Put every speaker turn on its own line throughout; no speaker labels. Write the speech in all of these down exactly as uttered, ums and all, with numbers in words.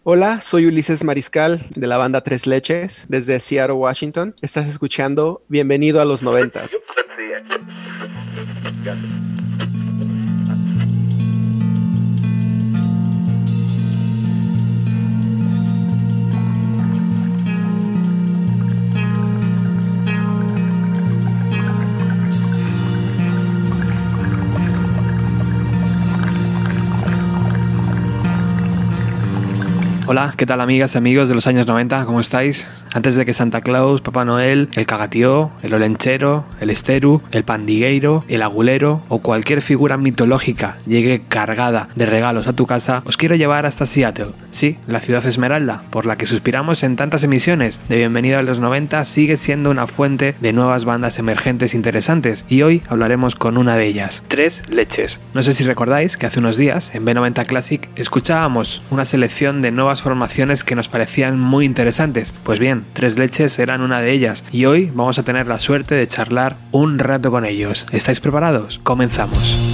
Hola, soy Ulises Mariscal de la banda Tres Leches desde Seattle, Washington. Estás escuchando Bienvenido a los noventa.
Hola, ¿qué tal amigas y amigos de los años noventa? ¿Cómo estáis? Antes de que Santa Claus, Papá Noel, el cagatío, el olenchero, el esteru, el pandigueiro, el agulero o cualquier figura mitológica llegue cargada de regalos a tu casa, os quiero llevar hasta Seattle. Sí, la ciudad esmeralda, por la que suspiramos en tantas emisiones de Bienvenido a los noventa, sigue siendo una fuente de nuevas bandas emergentes interesantes y hoy hablaremos con una de ellas, Tres Leches. No sé si recordáis que hace unos días en B noventa Classic escuchábamos una selección de nuevas formaciones que nos parecían muy interesantes. Pues bien, Tres Leches eran una de ellas y hoy vamos a tener la suerte de charlar un rato con ellos. ¿Estáis preparados? Comenzamos.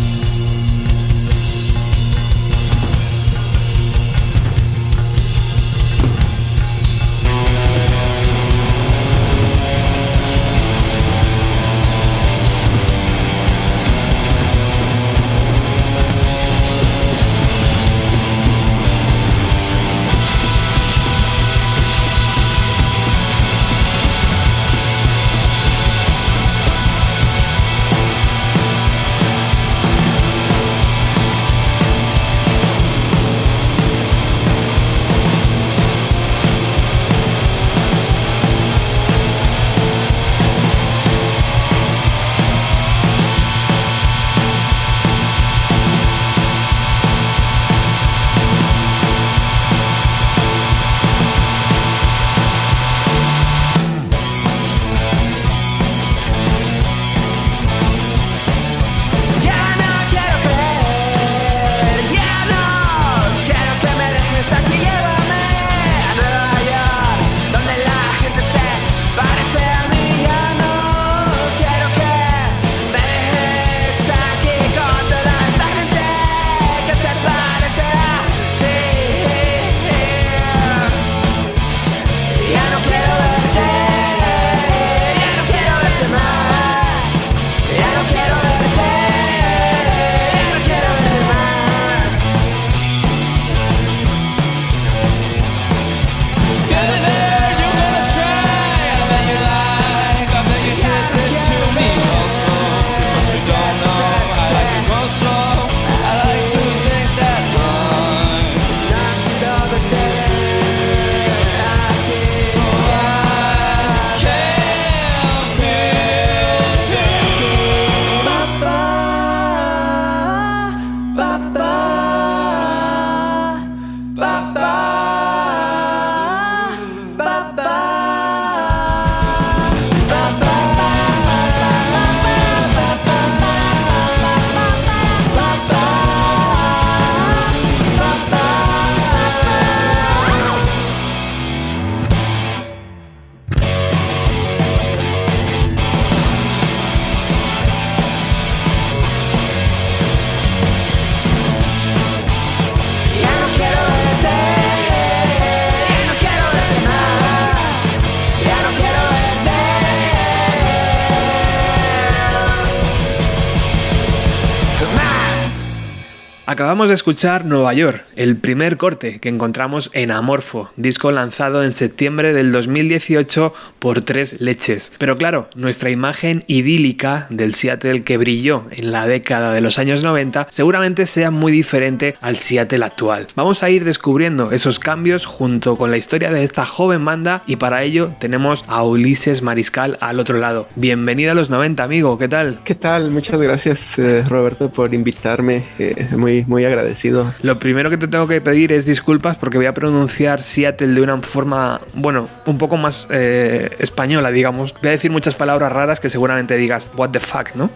Acabamos de escuchar Nueva York, el primer corte que encontramos en Amorfo, disco lanzado en septiembre del dos mil dieciocho por Tres Leches. Pero claro, nuestra imagen idílica del Seattle que brilló en la década de los años noventa seguramente sea muy diferente al Seattle actual. Vamos a ir descubriendo esos cambios junto con la historia de esta joven banda y para ello tenemos a Ulises Mariscal al otro lado. Bienvenido a los noventa, amigo, ¿qué tal?
¿Qué tal? Muchas gracias, eh, Roberto, por invitarme. Eh, muy, muy agradecido.
Lo primero que te tengo que pedir es disculpas porque voy a pronunciar Seattle de una forma, bueno, un poco más eh, española, digamos. Voy a decir muchas palabras raras que seguramente digas, what the fuck, ¿no?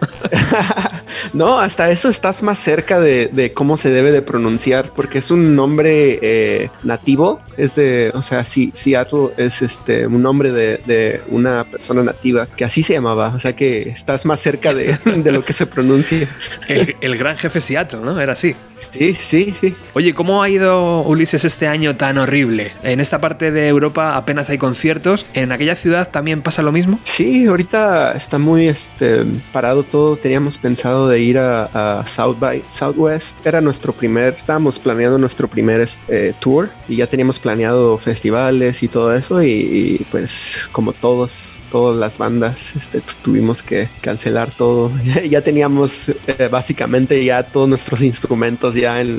No, hasta eso estás más cerca de, de cómo se debe de pronunciar, porque es un nombre eh, nativo. Es de, o sea, sí, Seattle es este un nombre de, de una persona nativa que así se llamaba, o sea que estás más cerca de, de lo que se pronuncia.
El, el gran jefe Seattle, ¿no? Era así. aquí.
Sí, sí, sí.
Oye, ¿cómo ha ido Ulises este año tan horrible? En esta parte de Europa apenas hay conciertos. ¿En aquella ciudad también pasa lo mismo?
Sí, ahorita está muy este, parado todo. Teníamos pensado de ir a, a South by Southwest. Era nuestro primer, estábamos planeando nuestro primer este, tour y ya teníamos planeado festivales y todo eso y, y pues como todos todas las bandas, este, pues tuvimos que cancelar todo. Ya teníamos eh, básicamente ya todos nuestros instrumentos ya en,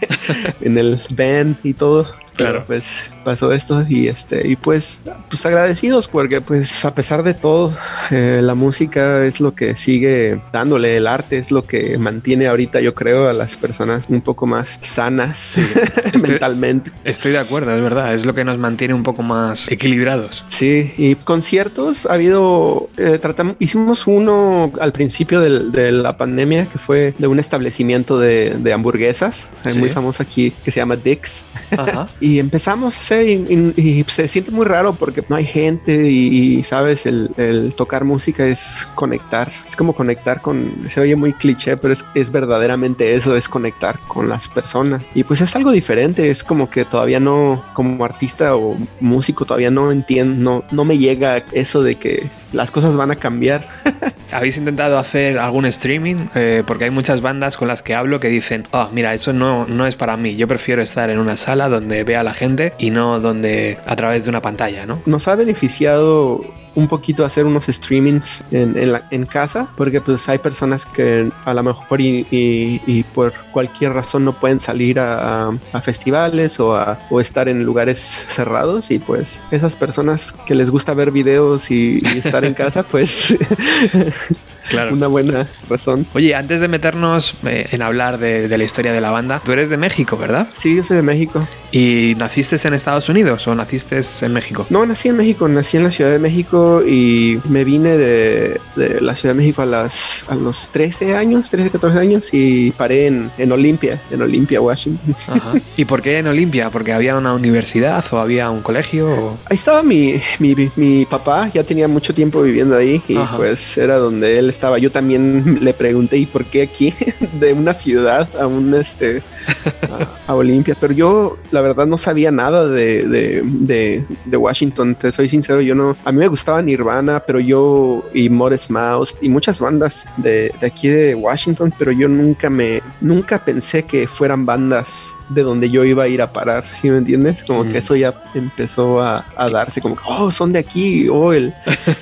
en el band y todo. Claro. Pero pues pasó esto y este y pues pues agradecidos porque pues a pesar de todo eh, la música es lo que sigue dándole, el arte es lo que mantiene ahorita, yo creo, a las personas un poco más sanas, sí, estoy, mentalmente.
Estoy de acuerdo, es verdad, es lo que nos mantiene un poco más equilibrados.
Sí, y conciertos ha habido, eh, tratamos, hicimos uno al principio del, de la pandemia que fue de un establecimiento de, de hamburguesas, sí. Muy famoso aquí que se llama Dick's. Ajá. Y empezamos a hacer y, y, y se siente muy raro porque no hay gente y, y sabes, el, el tocar música es conectar, es como conectar con, se oye muy cliché, pero es, es verdaderamente eso, es conectar con las personas y pues es algo diferente, es como que todavía no, como artista o músico todavía no entiendo, no, no me llega eso de que las cosas van a cambiar.
¿Habéis intentado hacer algún streaming? Eh, porque hay muchas bandas con las que hablo que dicen, oh, mira, eso no, no es para mí. Yo prefiero estar en una sala donde vea a la gente y no donde a través de una pantalla, ¿no?
Nos ha beneficiado un poquito hacer unos streamings en, en, la, en casa, porque pues hay personas que a lo mejor y, y, y por cualquier razón no pueden salir a, a, a festivales o, a, o estar en lugares cerrados y pues esas personas que les gusta ver videos y, y estar en casa pues claro. Una buena razón.
Oye, antes de meternos eh, en hablar de, de la historia de la banda, tú eres de México, ¿verdad?
Sí, yo soy de México.
¿Y naciste en Estados Unidos o naciste en México?
No, nací en México, nací en la Ciudad de México y me vine de, de la Ciudad de México a, las, a los trece años, trece, catorce años y paré en, en Olympia, en Olympia, Washington.
Ajá. ¿Y por qué en Olympia? ¿Porque había una universidad o había un colegio? O...
Ahí estaba mi, mi, mi papá, ya tenía mucho tiempo viviendo ahí y Ajá. pues era donde él estaba. Yo también le pregunté, ¿y por qué aquí? De una ciudad a un este a, a Olympia, pero yo la verdad no sabía nada de, de, de, de Washington, te soy sincero, yo no, a mí me gustaba Nirvana, pero yo y Modest Mouse y muchas bandas de, de aquí de Washington, pero yo nunca me, nunca pensé que fueran bandas de donde yo iba a ir a parar, ¿sí me entiendes? Como mm. que eso ya empezó a, a darse, como que, oh, son de aquí, oh, el,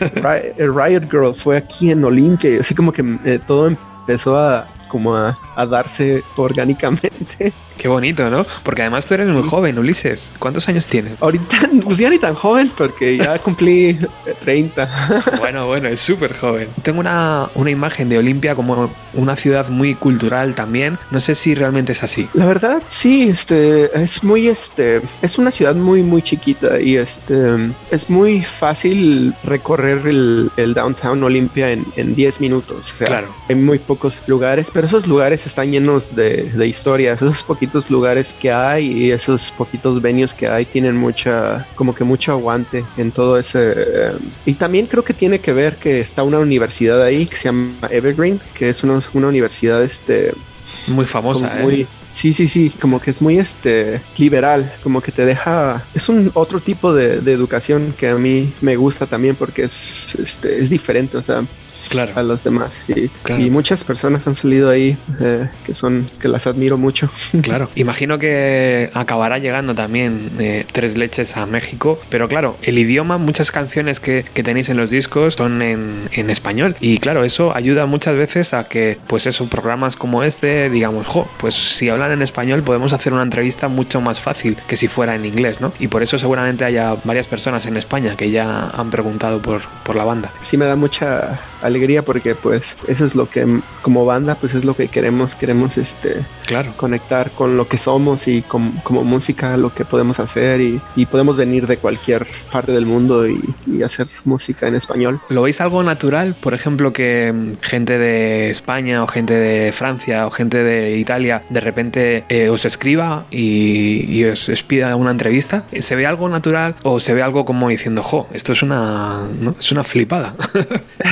el Riot Girl fue aquí en Olympia, y así como que eh, todo empezó a como a, a darse orgánicamente.
Qué bonito, ¿no? Porque además tú eres muy sí. joven, Ulises. ¿Cuántos años tienes?
Ahorita, pues ya ni tan joven, porque ya cumplí treinta.
Bueno, bueno, es súper joven. Tengo una, una imagen de Olympia como una ciudad muy cultural también. No sé si realmente es así.
La verdad, sí, este, es muy, este, es una ciudad muy, muy chiquita y este, es muy fácil recorrer el, el downtown Olympia en, en diez minutos. O sea, claro. Hay muy pocos lugares, pero esos lugares están llenos de, de historias. Esos poquitos lugares que hay y esos poquitos venues que hay tienen mucha, como que mucho aguante en todo ese. Eh, y también creo que tiene que ver que está una universidad ahí que se llama Evergreen, que es una, una universidad este
muy famosa,
muy,
¿eh?
Sí, sí, sí, como que es muy este liberal, como que te deja, es un otro tipo de, de educación que a mí me gusta también porque es, este, es diferente, o sea, claro. A los demás y, claro. Y muchas personas han salido ahí eh, que son que las admiro mucho.
Claro, imagino que acabará llegando también eh, Tres Leches a México, pero claro, el idioma, muchas canciones que, que tenéis en los discos son en, en español y claro, eso ayuda muchas veces a que pues eso, programas como este, digamos, jo, pues si hablan en español podemos hacer una entrevista mucho más fácil que si fuera en inglés, ¿no? Y por eso seguramente haya varias personas en España que ya han preguntado por, por la banda.
Sí, me da mucha alegría porque pues eso es lo que como banda pues es lo que queremos queremos este
claro.
conectar con lo que somos y com, como música lo que podemos hacer y, y podemos venir de cualquier parte del mundo y, y hacer música en español.
¿Lo veis algo natural? Por ejemplo, que gente de España o gente de Francia o gente de Italia de repente eh, os escriba y, y os, os pida una entrevista. ¿Se ve algo natural o se ve algo como diciendo, jo, esto es una, ¿no? Es una flipada?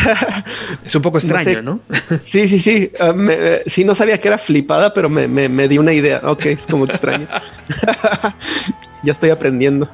Es un poco extraño, ¿no?
¿no? Sí, sí, sí. Uh, me, uh, sí, no sabía que era flipada, pero me, me, me di una idea. Ok, es como extraño. Ya estoy aprendiendo.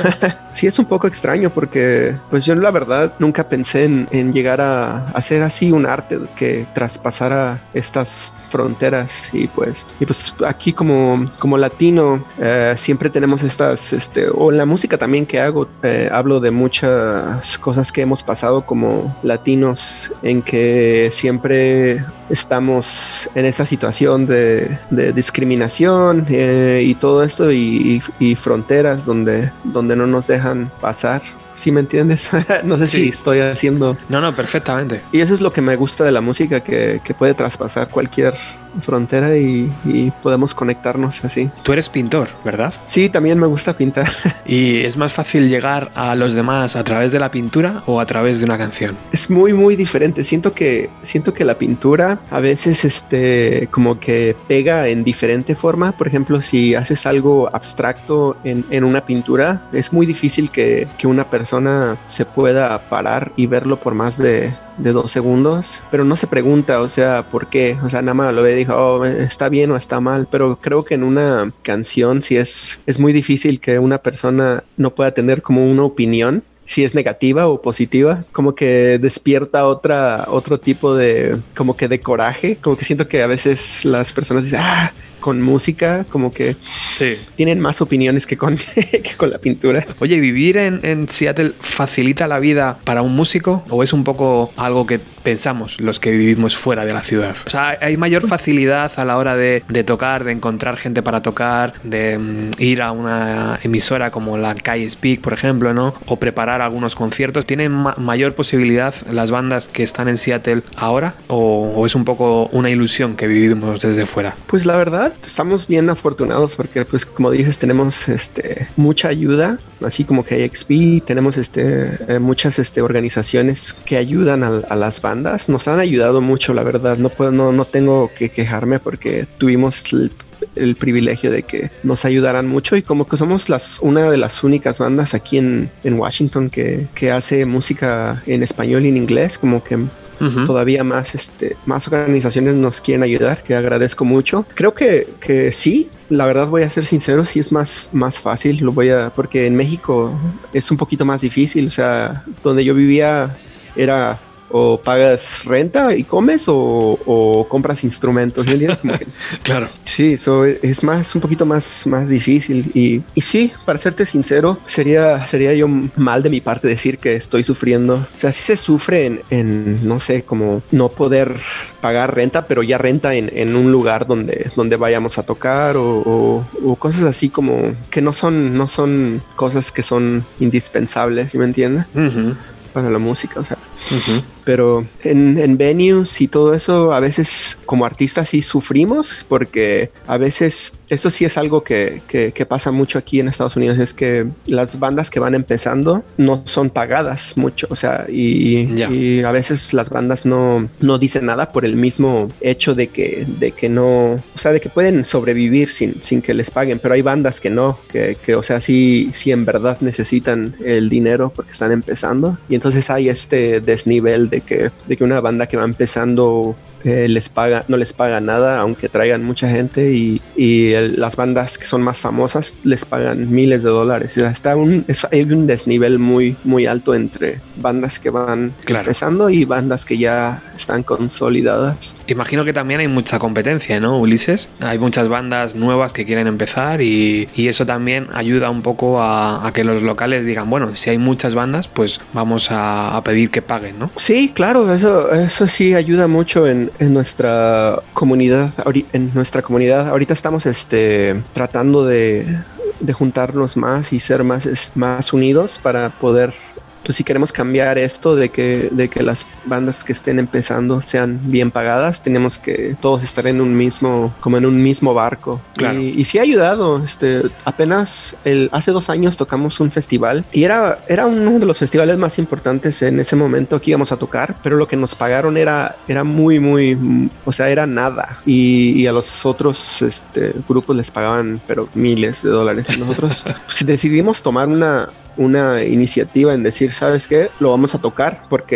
Sí, es un poco extraño porque pues yo la verdad nunca pensé en, en llegar a hacer así un arte que traspasara estas fronteras y pues y pues aquí como como latino eh, siempre tenemos estas este o en la música también que hago eh, hablo de muchas cosas que hemos pasado como latinos en que siempre estamos en esa situación de, de discriminación eh, y todo esto y, y, y fronteras donde donde no nos dejan pasar. ¿Sí me entiendes? No sé sí. si estoy haciendo...
No, no, perfectamente.
Y eso es lo que me gusta de la música, que, que puede traspasar cualquier frontera y, y podemos conectarnos así.
Tú eres pintor, ¿verdad?
Sí, también me gusta pintar.
¿Y es más fácil llegar a los demás a través de la pintura o a través de una canción?
Es muy, muy diferente. Siento que, siento que la pintura a veces este, como que pega en diferente forma. Por ejemplo, si haces algo abstracto en, en una pintura, es muy difícil que, que una persona se pueda parar y verlo por más de... de dos segundos, pero no se pregunta, o sea, ¿por qué? O sea, nada más lo ve y dijo, oh, está bien o está mal, pero creo que en una canción sí es, es muy difícil que una persona no pueda tener como una opinión, si es negativa o positiva, como que despierta otra, otro tipo de, como que de coraje, como que siento que a veces las personas dicen, ah, con música, como que sí. Tienen más opiniones que con, que con la pintura.
Oye, ¿vivir en, en Seattle facilita la vida para un músico o es un poco algo que pensamos los que vivimos fuera de la ciudad? O sea, ¿hay mayor facilidad a la hora de, de tocar, de encontrar gente para tocar, de um, ir a una emisora como la K S P, por ejemplo, ¿no? O preparar algunos conciertos? ¿Tienen ma- mayor posibilidad las bandas que están en Seattle ahora o, o es un poco una ilusión que vivimos desde fuera?
Pues la verdad, estamos bien afortunados porque, pues, como dices, tenemos este, mucha ayuda, así como K X P, tenemos este, eh, muchas este, organizaciones que ayudan a, a las bandas. Nos han ayudado mucho, la verdad. No puedo, no, no tengo que quejarme porque tuvimos el, el privilegio de que nos ayudaran mucho y como que somos las, una de las únicas bandas aquí en, en Washington que, que hace música en español y en inglés, como que Uh-huh. todavía más, este, más organizaciones nos quieren ayudar, que agradezco mucho. Creo que, que sí, la verdad voy a ser sincero, sí es más, más fácil, lo voy a, porque en México es un poquito más difícil, o sea, donde yo vivía era o pagas renta y comes o, o compras instrumentos, ¿me entiendes? Como que,
claro.
Sí, eso es más, un poquito más, más difícil y, y sí, para serte sincero, sería, sería yo mal de mi parte decir que estoy sufriendo. O sea, sí se sufre en, en no sé, como no poder pagar renta, pero ya renta en, en un lugar donde, donde vayamos a tocar o, o, o cosas así como que no son, no son cosas que son indispensables, ¿sí me entiendes? Uh-huh. Para la música, o sea. Uh-huh. Pero en, en venues y todo eso, a veces como artistas sí sufrimos porque a veces, esto sí es algo que, que, que pasa mucho aquí en Estados Unidos, es que las bandas que van empezando no son pagadas mucho, o sea, y, yeah. y a veces las bandas no, no dicen nada por el mismo hecho de que, de que no, o sea, de que pueden sobrevivir sin, sin que les paguen, pero hay bandas que no, que, que o sea, sí, sí en verdad necesitan el dinero porque están empezando y entonces hay este desnivel de que, de que una banda que va empezando eh, les paga, no les paga nada aunque traigan mucha gente y, y el, las bandas que son más famosas les pagan miles de dólares. O sea, está un, es, hay un desnivel muy, muy alto entre bandas que van claro. empezando y bandas que ya están consolidadas.
Imagino que también hay mucha competencia, ¿no, Ulises? Hay muchas bandas nuevas que quieren empezar y, y eso también ayuda un poco a, a que los locales digan, bueno, si hay muchas bandas, pues vamos a, a pedir que paguen, ¿no?
Sí, claro, eso, eso sí ayuda mucho en, en nuestra comunidad, en nuestra comunidad. Ahorita estamos este, tratando de, de juntarnos más y ser más, más unidos para poder, pues si queremos cambiar esto de que, de que las bandas que estén empezando sean bien pagadas, tenemos que todos estar en un mismo, como en un mismo barco.
Claro.
Y, y sí ha ayudado. Este, apenas el, hace dos años tocamos un festival y era, era uno de los festivales más importantes en ese momento que íbamos a tocar, pero lo que nos pagaron era, era muy, muy, o sea, era nada. Y, y a los otros este, grupos les pagaban, pero miles de dólares. Nosotros pues, decidimos tomar una una iniciativa en decir, ¿sabes qué? Lo vamos a tocar porque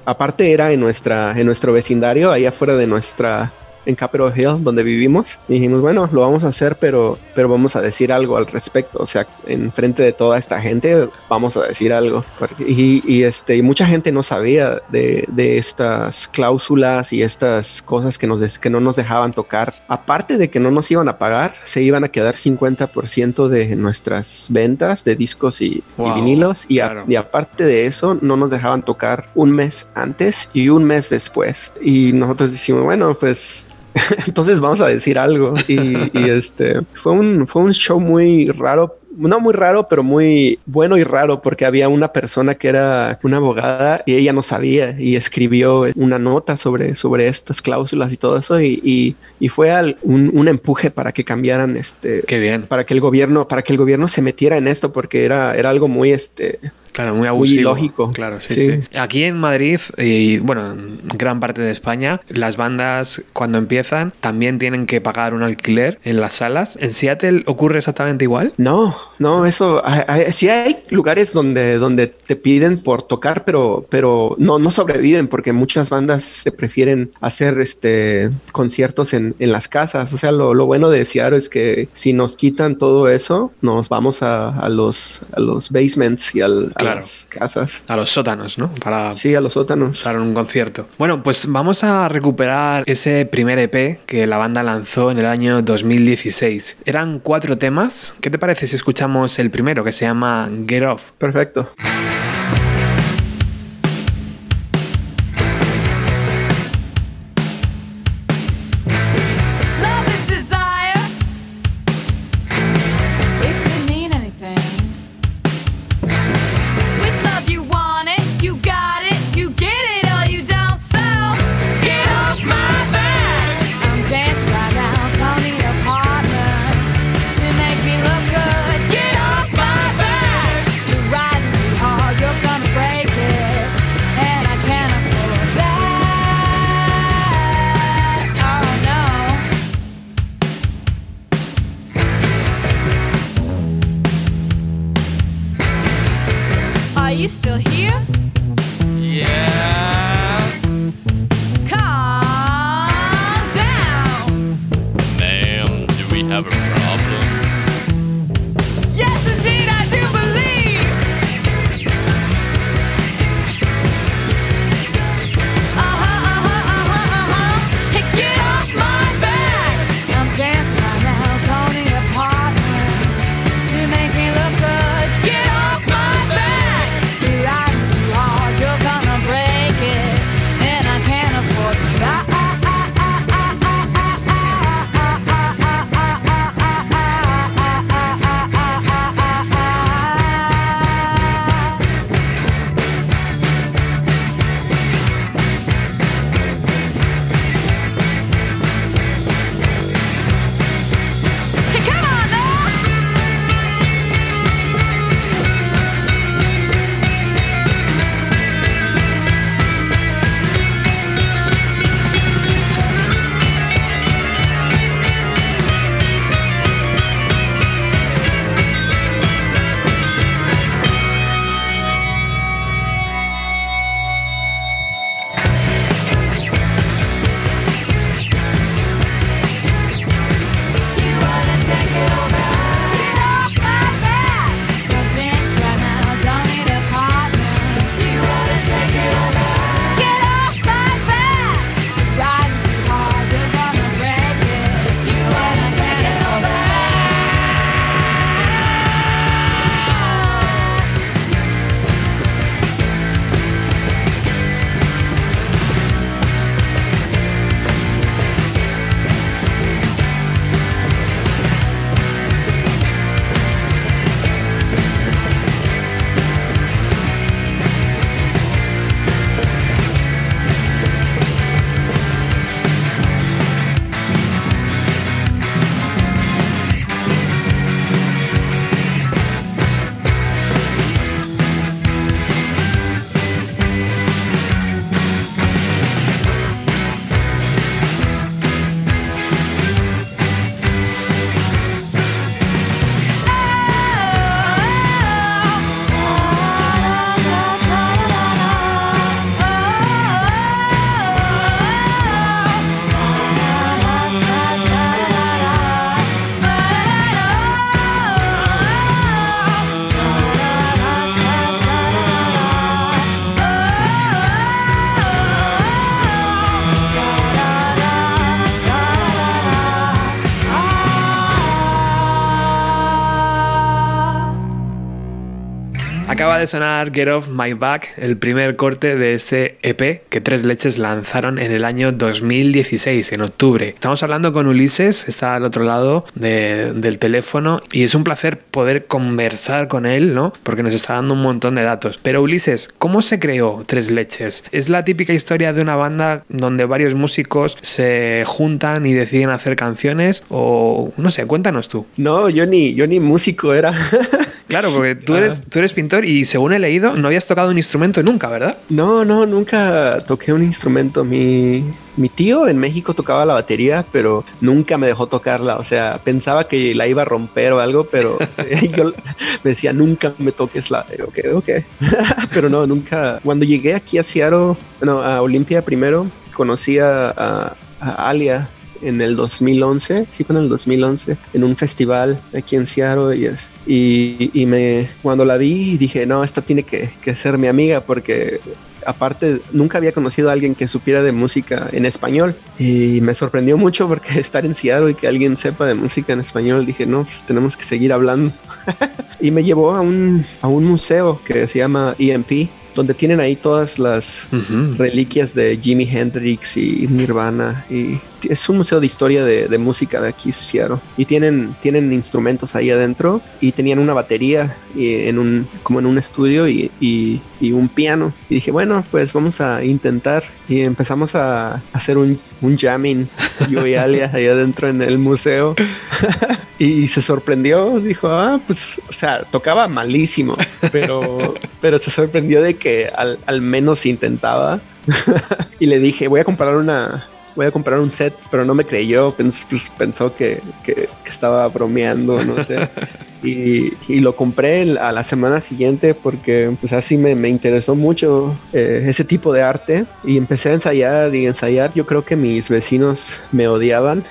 aparte era en nuestra, en nuestro vecindario, ahí afuera de nuestra, en Capitol Hill, donde vivimos. Y dijimos, bueno, lo vamos a hacer, pero, pero vamos a decir algo al respecto. O sea, en frente de toda esta gente, vamos a decir algo. Y, y, este, y mucha gente no sabía de, de estas cláusulas y estas cosas que, nos, que no nos dejaban tocar. Aparte de que no nos iban a pagar, se iban a quedar cincuenta por ciento de nuestras ventas de discos y, wow, y vinilos. Y, claro. a, y aparte de eso, no nos dejaban tocar un mes antes y un mes después. Y nosotros decimos, bueno, pues... entonces vamos a decir algo. Y, y este fue un, fue un show muy raro. No muy raro, pero muy bueno y raro, porque había una persona que era una abogada y ella no sabía y escribió una nota sobre, sobre estas cláusulas y todo eso y, y, y fue al, un, un empuje para que cambiaran este...
Qué bien.
Para que el gobierno, para que el gobierno se metiera en esto, porque era, era algo muy este...
Claro, muy abusivo.
Muy ilógico.
Claro, sí, sí, sí. Aquí en Madrid y, bueno, en gran parte de España, las bandas cuando empiezan también tienen que pagar un alquiler en las salas. ¿En Seattle ocurre exactamente igual?
No, no, eso... Hay, hay, sí hay lugares donde, donde te piden por tocar, pero, pero no, no sobreviven porque muchas bandas se prefieren hacer este conciertos en, en las casas. O sea, lo, lo bueno de Seattle es que si nos quitan todo eso, nos vamos a, a, los, a los basements y al...
Claro.
A las casas.
A los sótanos, ¿no? Para,
sí, a los sótanos.
Para un concierto. Bueno, pues vamos a recuperar ese primer E P que la banda lanzó en el año dos mil dieciséis. Eran cuatro temas. ¿Qué te parece si escuchamos el primero, que se llama Get Off?
Perfecto.
You still here?
Yeah.
Calm down.
Ma'am, do we have a problem?
Yes, indeed, I do believe. Uh-huh, uh-huh, uh-huh, uh-huh. Hey, get off my back. I'm dancing right now, Tony, a partner to make me look good. Get off my back. You're riding too hard, you're gonna break.
Acaba de sonar Get Off My Back, el primer corte de este E P que Tres Leches lanzaron en el año dos mil dieciséis, en octubre. Estamos hablando con Ulises, está al otro lado de, del teléfono, y es un placer poder conversar con él, ¿no? Porque nos está dando un montón de datos. Pero Ulises, ¿cómo se creó Tres Leches? ¿Es la típica historia de una banda donde varios músicos se juntan y deciden hacer canciones? O no sé, cuéntanos tú.
No, yo ni, yo ni músico era.
Claro, porque tú eres, tú eres pintor y según he leído no habías tocado un instrumento nunca, ¿verdad?
No, no, nunca toqué un instrumento. Mi, mi tío en México tocaba la batería, pero nunca me dejó tocarla. O sea, pensaba que la iba a romper o algo, pero yo me decía, nunca me toques la... Ok, ok. Pero no, nunca. Cuando llegué aquí a Seattle, no, a Olimpia primero, conocí a, a, a Alia en el dos mil once, sí fue en el dos mil once, en un festival aquí en Seattle, y, es, y, y me, cuando la vi dije, no, esta tiene que, que ser mi amiga, porque aparte nunca había conocido a alguien que supiera de música en español, y me sorprendió mucho porque estar en Seattle y que alguien sepa de música en español, dije, no, pues tenemos que seguir hablando. Y me llevó a un, a un museo que se llama E M P, donde tienen ahí todas las uh-huh. reliquias de Jimi Hendrix y Nirvana, y es un museo de historia de, de música de aquí, Seattle, y tienen, tienen instrumentos ahí adentro, y tenían una batería y en un, como en un estudio y, y, y un piano, y dije, bueno, pues vamos a intentar, y empezamos a hacer un, un jamming, yo y Alia ahí adentro en el museo. Y se sorprendió, dijo, ah, pues, o sea, tocaba malísimo, pero, pero se sorprendió de que al, al menos intentaba. Y le dije, voy a comprar una, voy a comprar un set, pero no me creyó, pens, pues, pensó que, que, que estaba bromeando, no sé. Y, y lo compré a la semana siguiente porque pues así me, me interesó mucho eh, ese tipo de arte, y empecé a ensayar y ensayar. Yo creo que mis vecinos me odiaban.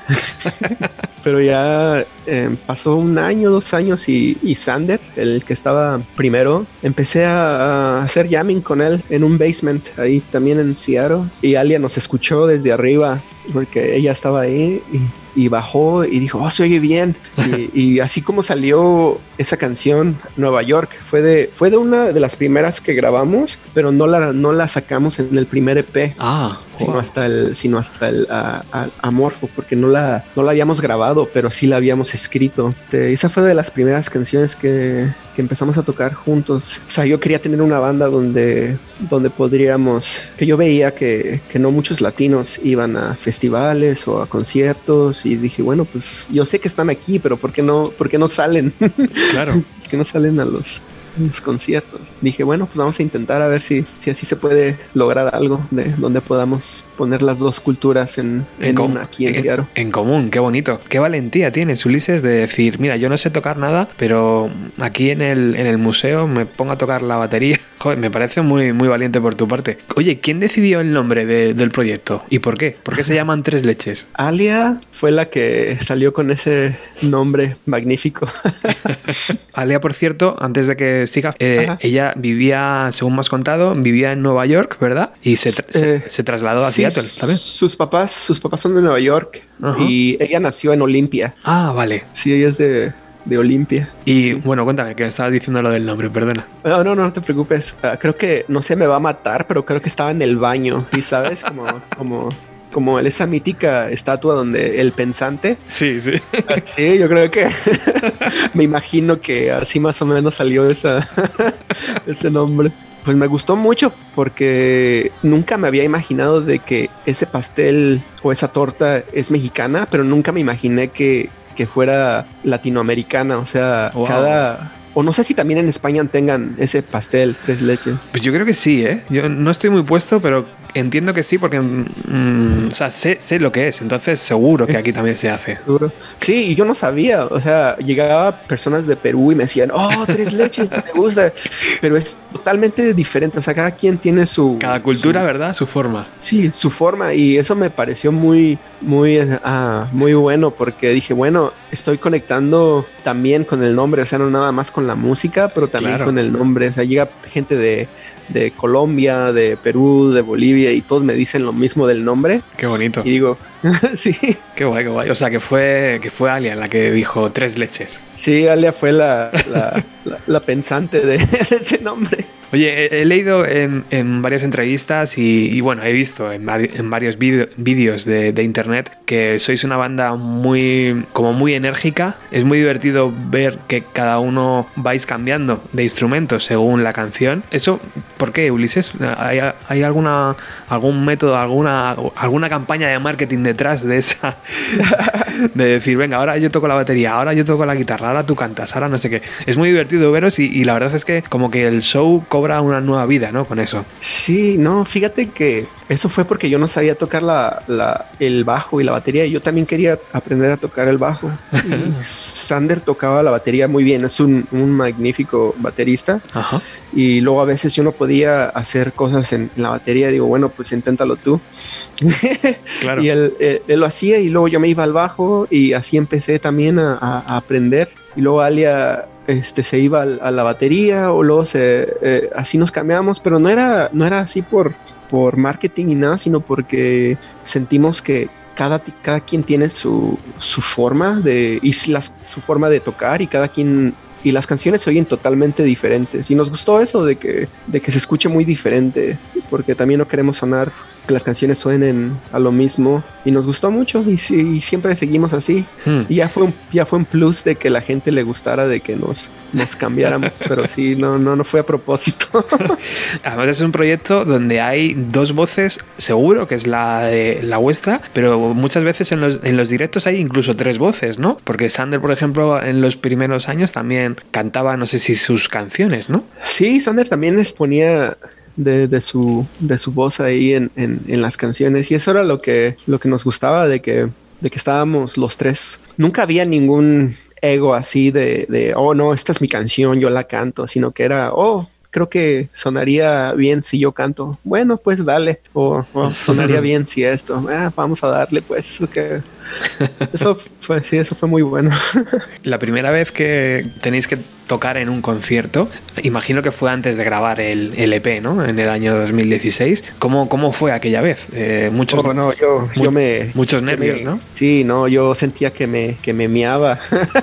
Pero ya eh, pasó un año, dos años y, y Sander, el que estaba primero, empecé a, a hacer jamming con él en un basement ahí también en Seattle, y Alia nos escuchó desde arriba porque ella estaba ahí y, y bajó y dijo, oh, se oye bien. Y, y así como salió esa canción, Nueva York, fue de, fue de una de las primeras que grabamos, pero no la, no la sacamos en el primer E P.
Ah,
sino hasta el, sino hasta el a, a, Amorfo, porque no la, no la habíamos grabado, pero sí la habíamos escrito. Este, esa fue de las primeras canciones que, que empezamos a tocar juntos. O sea, yo quería tener una banda donde, donde podríamos, que yo veía que, que no muchos latinos iban a festivales o a conciertos, y dije, bueno, pues yo sé que están aquí, pero ¿por qué no, por qué no salen?
Claro.
¿Por qué no salen a los... los conciertos? Dije, bueno, pues vamos a intentar a ver si, si así se puede lograr algo de donde podamos poner las dos culturas en, en, en una aquí en Seattle.
En, en común, qué bonito. Qué valentía tienes, Ulises, de decir, mira, yo no sé tocar nada, pero aquí en el, en el museo me pongo a tocar la batería. Joder, me parece muy, muy valiente por tu parte. Oye, ¿quién decidió el nombre de, del proyecto? ¿Y por qué? ¿Por qué se llaman Tres Leches?
Alia fue la que salió con ese nombre magnífico.
Alia, por cierto, antes de que siga, eh, ella vivía, según me has contado, vivía en Nueva York, ¿verdad? Y se, tra- eh, se, se trasladó a
sí,
Seattle, ¿también?
Sus papás, sus papás son de Nueva York. Uh-huh. Y ella nació en Olimpia.
Ah, vale.
Sí, ella es de, de Olimpia.
Y
sí.
Bueno, cuéntame, que me estabas diciendo lo del nombre, perdona.
No, no, no, no te preocupes. Uh, creo que, no sé, me va a matar, pero creo que estaba en el baño. Y sabes, como... como como esa mítica estatua donde el pensante.
Sí, sí.
Sí, yo creo que me imagino que así más o menos salió esa ese nombre. Pues me gustó mucho porque nunca me había imaginado de que ese pastel o esa torta es mexicana, pero nunca me imaginé que, que fuera latinoamericana. O sea, wow. cada... O no sé si también en España tengan ese pastel, Tres Leches.
Pues yo creo que sí, ¿eh? Yo no estoy muy puesto, pero entiendo que sí, porque mmm, o sea, sé, sé lo que es. Entonces seguro que aquí también se hace.
Seguro. Sí, y yo no sabía. O sea, llegaba personas de Perú y me decían, oh, Tres Leches, me gusta. Pero es totalmente diferente. O sea, cada quien tiene su...
Cada cultura,
su,
¿verdad? Su forma.
Sí, su forma. Y eso me pareció muy, muy, uh, muy bueno, porque dije, bueno, estoy conectando también con el nombre. O sea, no nada más con la música, pero también claro. con el nombre. O sea, llega gente de, de Colombia, de Perú, de Bolivia, y todos me dicen lo mismo del nombre.
Qué bonito.
Y digo, sí,
Qué guay, qué guay. O sea, que fue, que fue Alia la que dijo tres leches.
sí, Alia fue la, la, la, la pensante de ese nombre.
Oye, he, he leído en, en varias entrevistas y, y bueno, he visto en, vari- en varios vídeo- vídeos de, de internet que sois una banda muy, como muy enérgica. Es muy divertido ver que cada uno vais cambiando de instrumentos según la canción. ¿Eso por qué, Ulises? ¿Hay, hay alguna, algún método, alguna, alguna campaña de marketing detrás de esa? De decir, venga, ahora yo toco la batería, ahora yo toco la guitarra, ahora tú cantas, ahora no sé qué. Es muy divertido veros y, y la verdad es que como que el show cobra una nueva vida, ¿no? Con eso.
Sí, no, fíjate que eso fue porque yo no sabía tocar la, la, el bajo y la batería, y yo también quería aprender a tocar el bajo. Y Sander tocaba la batería muy bien, es un, un magnífico baterista.
Ajá.
Y luego a veces yo no podía hacer cosas en, en la batería, digo, bueno, pues inténtalo tú.
Claro.
Y él, él, él lo hacía, y luego yo me iba al bajo, y así empecé también a, a, a aprender. Y luego Alia este, se iba al- a la batería, o luego se, eh, así nos cambiamos, pero no era, no era así por, por marketing ni nada, sino porque sentimos que cada, ti- cada quien tiene su, su forma de, y s- las- su forma de tocar, y cada quien, y las canciones se oyen totalmente diferentes. Y nos gustó eso de que, de que se escuche muy diferente, porque también no queremos sonar, que las canciones suenen a lo mismo, y nos gustó mucho, y, sí, y siempre seguimos así.
Hmm.
Y ya fue un, ya fue un plus de que la gente le gustara de que nos, nos cambiáramos, pero sí, no, no, no fue a propósito.
Además es un proyecto donde hay dos voces, seguro que es la de la vuestra, pero muchas veces en los, en los directos hay incluso tres voces, ¿no? Porque Sander, por ejemplo, en los primeros años también cantaba, no sé si sus canciones, ¿no?
Sí, Sander también les ponía de, de su, de su voz ahí en, en, en las canciones, y eso era lo que, lo que nos gustaba, de que, de que estábamos los tres. Nunca había ningún ego así de, de, oh no, esta es mi canción, yo la canto, sino que era, oh, creo que sonaría bien si yo canto. Bueno, pues dale. O, o sonaría bien si esto. Ah, vamos a darle, pues. Okay. Eso fue, sí, eso fue muy bueno.
La primera vez que tenéis que tocar en un concierto, imagino que fue antes de grabar el, el E P, ¿no? En el año dos mil dieciséis. ¿Cómo, cómo fue aquella vez? Eh, muchos,
Oh, no, yo,
mu-
yo me...
muchos
yo
nervios,
me-
¿no?
Sí, no, yo sentía que me, que me miaba.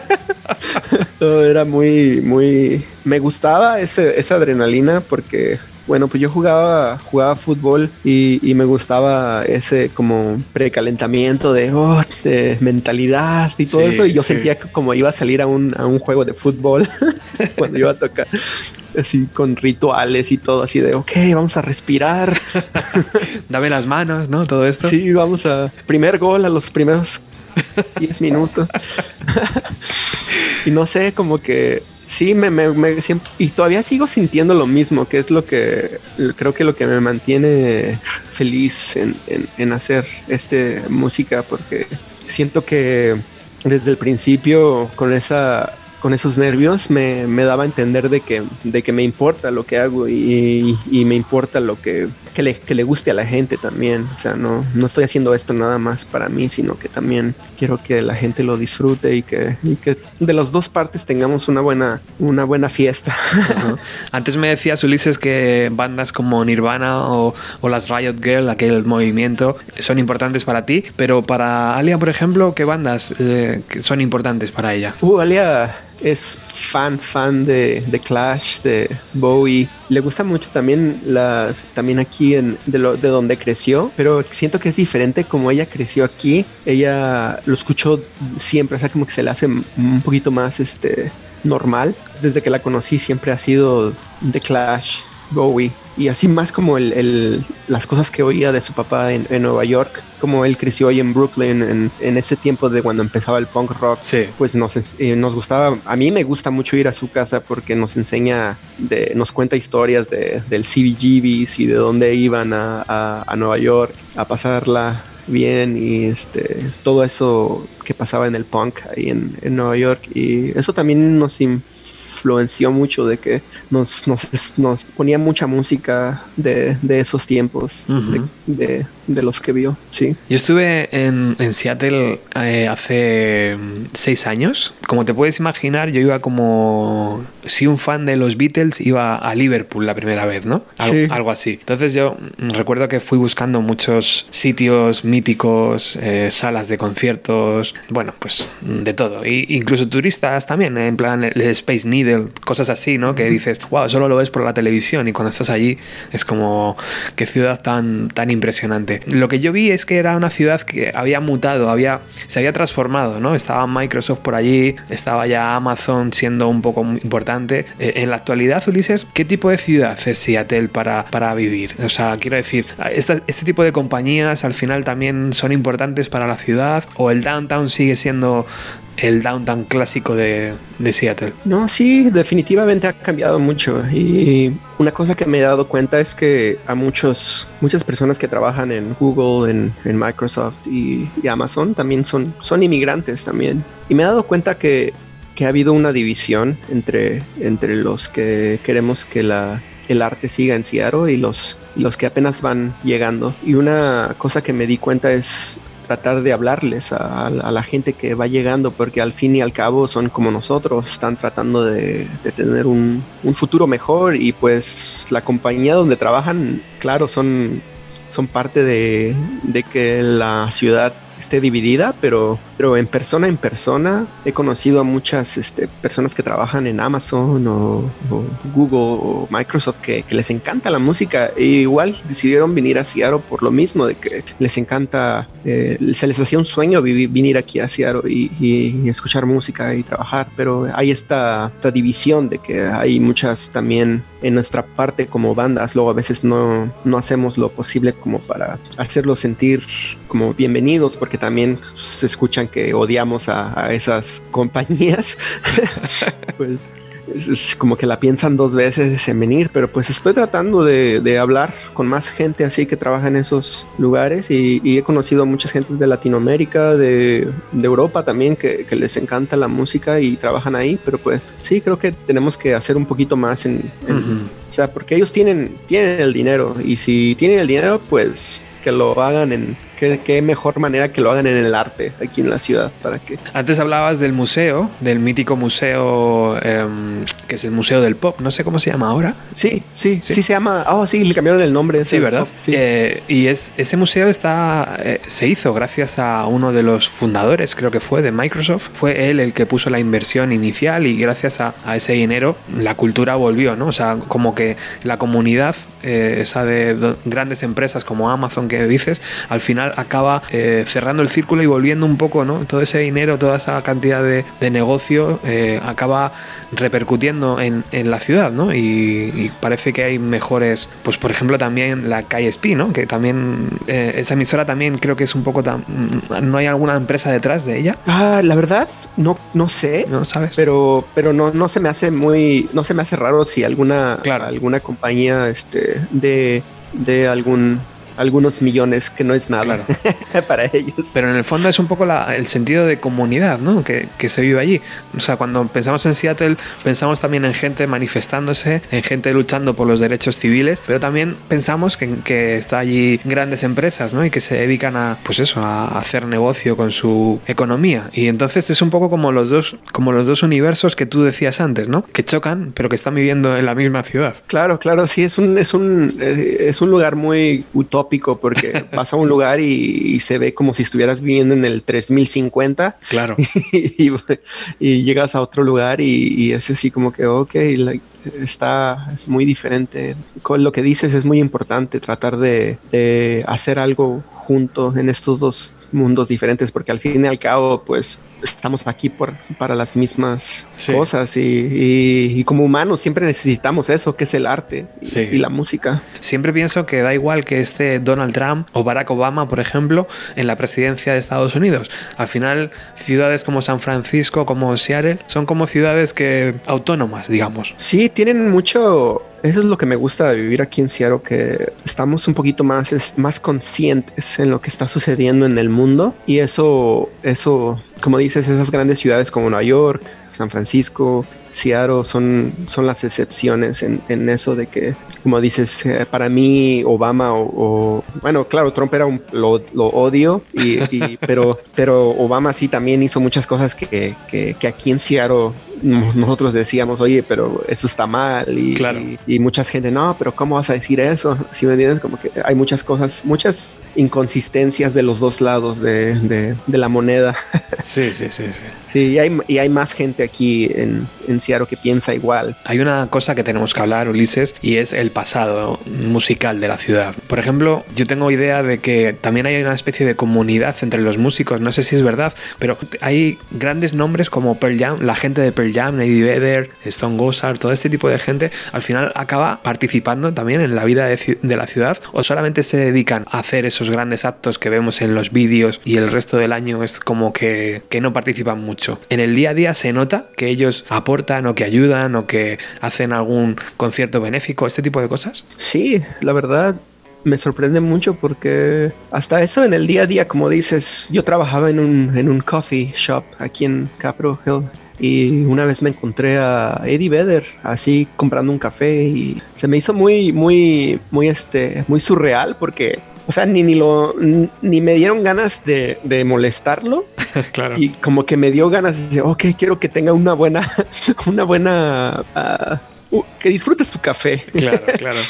Todo era muy, muy... Me gustaba ese, esa adrenalina porque... Bueno, pues yo jugaba, jugaba fútbol, y, y me gustaba ese como precalentamiento de, oh, de mentalidad y todo
Sí,
eso. Y yo
sí.
sentía que como iba a salir a un, a un juego de fútbol cuando iba a tocar, así con rituales y todo, así de, ok, vamos a respirar.
Dame las manos, ¿no? Todo esto.
Sí, vamos a... Primer gol a los primeros diez minutos. Y no sé, como que... Sí, me, me, me siempre, y todavía sigo sintiendo lo mismo, que es lo que creo que lo que me mantiene feliz en, en, en hacer este música, porque siento que desde el principio con esa con esos nervios me, me daba a entender de que, de que me importa lo que hago, y, y me importa lo que, que, le, que le guste a la gente también. O sea, no, no estoy haciendo esto nada más para mí, sino que también quiero que la gente lo disfrute, y que, y que de las dos partes tengamos una buena, una buena fiesta.
Ajá. Antes me decías, Ulises, que bandas como Nirvana o, o las Riot Girl, aquel movimiento, son importantes para ti, pero para Alia, por ejemplo, ¿qué bandas eh, que son importantes para ella?
Uh, Alia es fan, fan de, de Clash, de Bowie. Le gusta mucho también las, también aquí en, de, lo, de donde creció, pero siento que es diferente como ella creció aquí. Ella lo escuchó siempre, o sea, como que se le hace un poquito más este, normal. Desde que la conocí siempre ha sido The Clash, Bowie, y así más como el, el, las cosas que oía de su papá en, en Nueva York, como él creció ahí en Brooklyn en, en ese tiempo de cuando empezaba el punk rock.
Sí.
Pues nos, eh, nos gustaba, a mí me gusta mucho ir a su casa porque nos enseña, de, nos cuenta historias de, del C B G Bs y de dónde iban a, a, a Nueva York a pasarla bien, y este todo eso que pasaba en el punk ahí en, en Nueva York, y eso también nos influenció mucho, de que nos, nos, nos ponía mucha música de, de esos tiempos.
Uh-huh.
de, de, de los que vio, sí.
Yo estuve en, en Seattle eh, hace seis años. Como te puedes imaginar, yo iba como... Si un fan de los Beatles iba a Liverpool la primera vez, ¿no? Algo,
Sí.
algo así. Entonces yo recuerdo que fui buscando muchos sitios míticos, eh, salas de conciertos, bueno, pues de todo. Y incluso turistas también, en plan el Space Needle, cosas así, ¿no? Que dices, wow, solo lo ves por la televisión y cuando estás allí es como, qué ciudad tan, tan impresionante. Lo que yo vi es que era una ciudad que había mutado, había, se había transformado, ¿no? Estaba Microsoft por allí, estaba ya Amazon siendo un poco importante. Eh, en la actualidad, Ulises, ¿qué tipo de ciudad es Seattle para, para vivir? O sea, quiero decir, esta, este tipo de compañías al final también son importantes para la ciudad, o el downtown sigue siendo el downtown clásico de, de Seattle.
No, sí, definitivamente ha cambiado mucho. Y una cosa que me he dado cuenta es que a muchos, muchas personas que trabajan en Google, en, en Microsoft y, y Amazon también son, son inmigrantes también. Y me he dado cuenta que, que ha habido una división entre, entre los que queremos que la, el arte siga en Seattle y los, los que apenas van llegando. Y una cosa que me di cuenta es tratar de hablarles a, a la gente que va llegando, porque al fin y al cabo son como nosotros, están tratando de, de tener un, un futuro mejor, y pues la compañía donde trabajan, claro, son, son parte de, de que la ciudad esté dividida, pero, pero en persona en persona he conocido a muchas este, personas que trabajan en Amazon o, o Google o Microsoft que, que les encanta la música, e igual decidieron venir a Seattle por lo mismo, de que les encanta, eh, se les hacía un sueño vivir, venir aquí a Seattle y, y, y escuchar música y trabajar, pero hay esta, esta división de que hay muchas también en nuestra parte como bandas, luego a veces no, no hacemos lo posible como para hacerlos sentir como bienvenidos, porque también se escuchan que odiamos a, a esas compañías. Pues es, es como que la piensan dos veces en venir, pero pues estoy tratando de, de hablar con más gente así que trabaja en esos lugares, y, y he conocido a muchas gentes de Latinoamérica, de, de Europa también, que, que les encanta la música y trabajan ahí, pero pues sí, creo que tenemos que hacer un poquito más en... en
Uh-huh.
O sea, porque ellos tienen, tienen el dinero, y si tienen el dinero, pues que lo hagan en... Qué, qué mejor manera que lo hagan en el arte aquí en la ciudad, para que...
Antes hablabas del museo, del mítico museo eh, que es el Museo del Pop, no sé cómo se llama ahora.
Sí, sí,
Sí.
sí, se llama... Oh, sí, le cambiaron el nombre.
Sí, ¿verdad?
Sí.
Eh, y es, ese museo está eh, se hizo gracias a uno de los fundadores, creo que fue, de Microsoft. Fue él el que puso la inversión inicial, y gracias a, a ese dinero la cultura volvió, ¿no? O sea, como que la comunidad, eh, esa de do- grandes empresas como Amazon que dices, al final acaba eh, cerrando el círculo y volviendo un poco, ¿no? Todo ese dinero, toda esa cantidad de, de negocio eh, acaba repercutiendo en, en la ciudad, ¿no? Y, y parece que hay mejores, pues por ejemplo también la K S P, ¿no? Que también eh, esa emisora también creo que es un poco tan, no hay alguna empresa detrás de ella,
Ah, la verdad, no, no sé.
¿no sabes?
Pero, pero no, no se me hace muy, no se me hace raro si alguna,
Claro.
alguna compañía, este, de, de algún, algunos millones, que no es nada
Claro.
para ellos.
Pero en el fondo es un poco la- el sentido de comunidad, ¿no? Que, que se vive allí. O sea, cuando pensamos en Seattle, pensamos también en gente manifestándose, en gente luchando por los derechos civiles, pero también pensamos que, que está allí grandes empresas, ¿no? Y que se dedican a, pues eso, a hacer negocio con su economía. Y entonces es un poco como los dos, como los dos universos que tú decías antes, ¿no? Que chocan, pero que están viviendo en la misma ciudad.
Claro, claro, sí, es un, es un, eh, es un lugar muy utópico, porque vas a un lugar y, y se ve como si estuvieras viviendo en el tres mil cincuenta.
Claro.
y, y llegas a otro lugar y, y es así como que, ok, like, está, es muy diferente. Con lo que dices es muy importante, tratar de, de hacer algo juntos en estos dos mundos diferentes, porque al fin y al cabo, pues, estamos aquí por, para las mismas
Sí.
cosas, y, y, y como humanos siempre necesitamos eso, que es el arte y,
Sí.
y la música.
Siempre pienso que da igual que esté Donald Trump o Barack Obama, por ejemplo, en la presidencia de Estados Unidos. Al final, ciudades como San Francisco, como Seattle, son como ciudades que autónomas, digamos.
Sí, tienen mucho... Eso es lo que me gusta de vivir aquí en Seattle, que estamos un poquito más, es, más conscientes en lo que está sucediendo en el mundo, y eso, eso, como dices, esas grandes ciudades como Nueva York, San Francisco, Seattle son, son las excepciones en, en eso de que, como dices, eh, para mí Obama o, o- bueno, claro, Trump era un, lo, lo odio, y, y- pero, pero Obama sí también hizo muchas cosas que, que, que aquí en Seattle no- nosotros decíamos, oye, pero eso está mal, y,
Claro.
y, y mucha gente, no, pero ¿cómo vas a decir eso? Si me entiendes, como que hay muchas cosas, muchas inconsistencias de los dos lados de, de, de la moneda.
Sí, sí, sí, sí.
Sí, y hay, y hay más gente aquí en, en Seattle que piensa igual.
Hay una cosa que tenemos que hablar, Ulises, y es el pasado musical de la ciudad. Por ejemplo, yo tengo idea de que también hay una especie de comunidad entre los músicos, no sé si es verdad, pero hay grandes nombres como Pearl Jam, la gente de Pearl Jam, Eddie Vedder, Stone Gossard, todo este tipo de gente, al final acaba participando también en la vida de, ci- de la ciudad, o solamente se dedican a hacer esos grandes actos que vemos en los vídeos y el resto del año es como que, que no participan mucho. En el día a día se nota que ellos aportan o que ayudan o que hacen algún concierto benéfico, este tipo de cosas.
Sí, la verdad me sorprende mucho porque hasta eso en el día a día, como dices, yo trabajaba en un, en un coffee shop aquí en Capitol Hill. Y una vez me encontré a Eddie Vedder así comprando un café y se me hizo muy, muy, muy, este, muy surreal porque, o sea, ni, ni lo, ni me dieron ganas de, de molestarlo.
Claro.
Y como que me dio ganas de decir, ok, quiero que tenga una buena, una buena, ah, uh, que disfrutes tu café.
Claro, claro.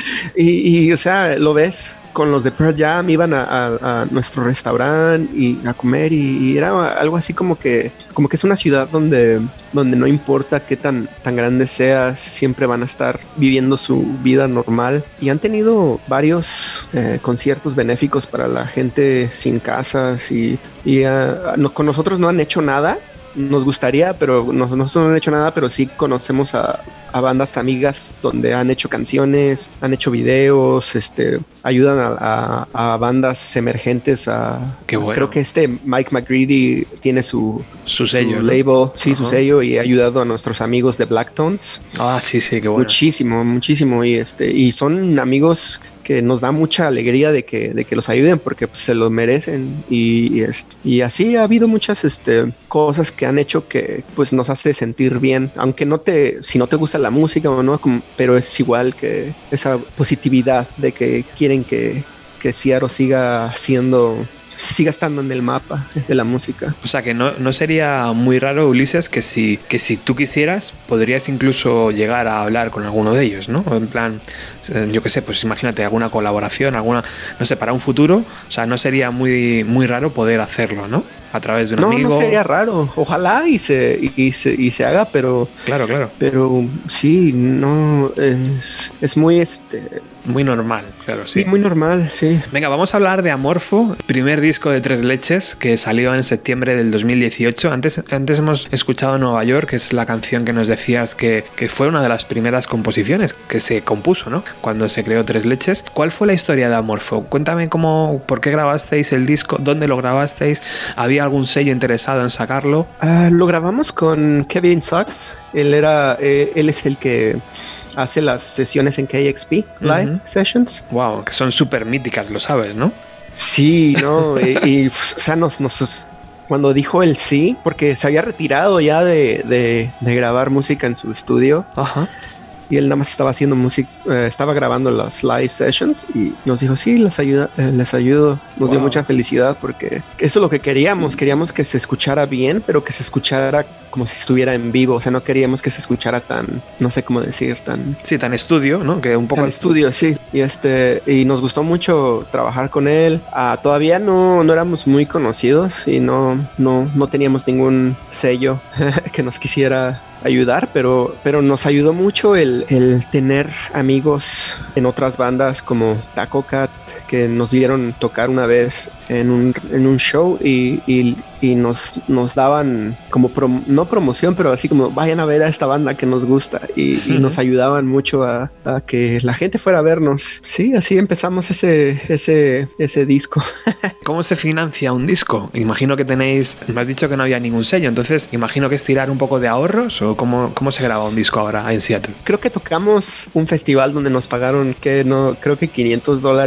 Y, y, o sea, lo ves con los de Pearl Jam, iban a, a- a nuestro restaurante y a comer y, y era algo así como que, como que es una ciudad donde, donde no importa qué tan, tan grande seas, siempre van a estar viviendo su vida normal. Y han tenido varios eh, conciertos benéficos para la gente sin casas y, y ah, no- con nosotros no han hecho nada. Nos gustaría, pero no- nosotros no han hecho nada, pero sí conocemos a, a bandas amigas donde han hecho canciones, han hecho videos, este, ayudan a, a- a bandas emergentes. A,
Qué bueno.
Creo que este Mike McGreedy tiene su,
Su sello,
su
¿no?
label, sí, su
Ajá.
sello, y ha ayudado a nuestros amigos de Blacktones.
Ah, sí, sí, qué bueno.
Muchísimo, muchísimo. Y este, y son amigos que nos da mucha alegría de que, de que los ayuden porque pues, se lo merecen. Y, y, este, y así ha habido muchas este, cosas que han hecho que pues nos hace sentir bien. Aunque no te, si no te gusta la música o no, como- pero es igual que esa positividad de que quieren que, que Seattle siga siendo, siga estando en el mapa de la música.
O sea que no, no sería muy raro, Ulises, que si, que si tú quisieras, podrías incluso llegar a hablar con alguno de ellos, ¿no? En plan, eh, yo qué sé, pues imagínate alguna colaboración, alguna, no sé, para un futuro, o sea, no sería muy, muy raro poder hacerlo, ¿no? A través de un
No,
amigo.
no sería raro. Ojalá y se, y, y se, y se haga, pero...
Claro, claro.
Pero sí, no, es, es muy, este,
Muy normal, claro, sí.
sí, muy normal, sí.
Venga, vamos a hablar de Amorfo, primer disco de Tres Leches que salió en septiembre del dos mil dieciocho. Antes, antes hemos escuchado Nueva York, que es la canción que nos decías que, que fue una de las primeras composiciones que se compuso, ¿no? Cuando se creó Tres Leches. ¿Cuál fue la historia de Amorfo? Cuéntame cómo, por qué grabasteis el disco, dónde lo grabasteis, ¿había algún sello interesado en sacarlo?
Ah, lo grabamos con Kevin Sachs. Él era, eh, él es el que hace las sesiones en K X P Live
Ujú.
Sessions.
Wow, que son súper míticas, lo sabes, ¿no?
Sí, no, y, y, o sea, nos, nos, cuando dijo el sí, porque se había retirado ya de, de, de grabar música en su estudio.
Ajá.
Y él nada más estaba haciendo música, eh, estaba grabando las live sessions y nos dijo, sí, les, ayuda, eh, les ayudo. Nos dio
Wow.
mucha felicidad porque eso es lo que queríamos. Queríamos que se escuchara bien, pero que se escuchara como si estuviera en vivo. O sea, no queríamos que se escuchara tan, no sé cómo decir, tan...
Sí, tan estudio, ¿no? Que un poco...
Tan estudio, sí. Y este y nos gustó mucho trabajar con él. Ah, todavía no, no éramos muy conocidos y no, no, no teníamos ningún sello que nos quisiera ayudar, pero, pero nos ayudó mucho el, el tener amigos en otras bandas como Taco Cat, que nos vieron tocar una vez en un, en un show y, y, y nos, nos daban como, prom- no promoción, pero así como vayan a ver a esta banda que nos gusta y, y
Ujú.
nos ayudaban mucho a, a que la gente fuera a vernos. Sí, así empezamos ese, ese, ese disco.
¿Cómo se financia un disco? Imagino que tenéis... Me has dicho que no había ningún sello, entonces imagino que es tirar un poco de ahorros o cómo, cómo se graba un disco ahora en Seattle.
Creo que tocamos un festival donde nos pagaron que no, creo que quinientos dólares, algo así.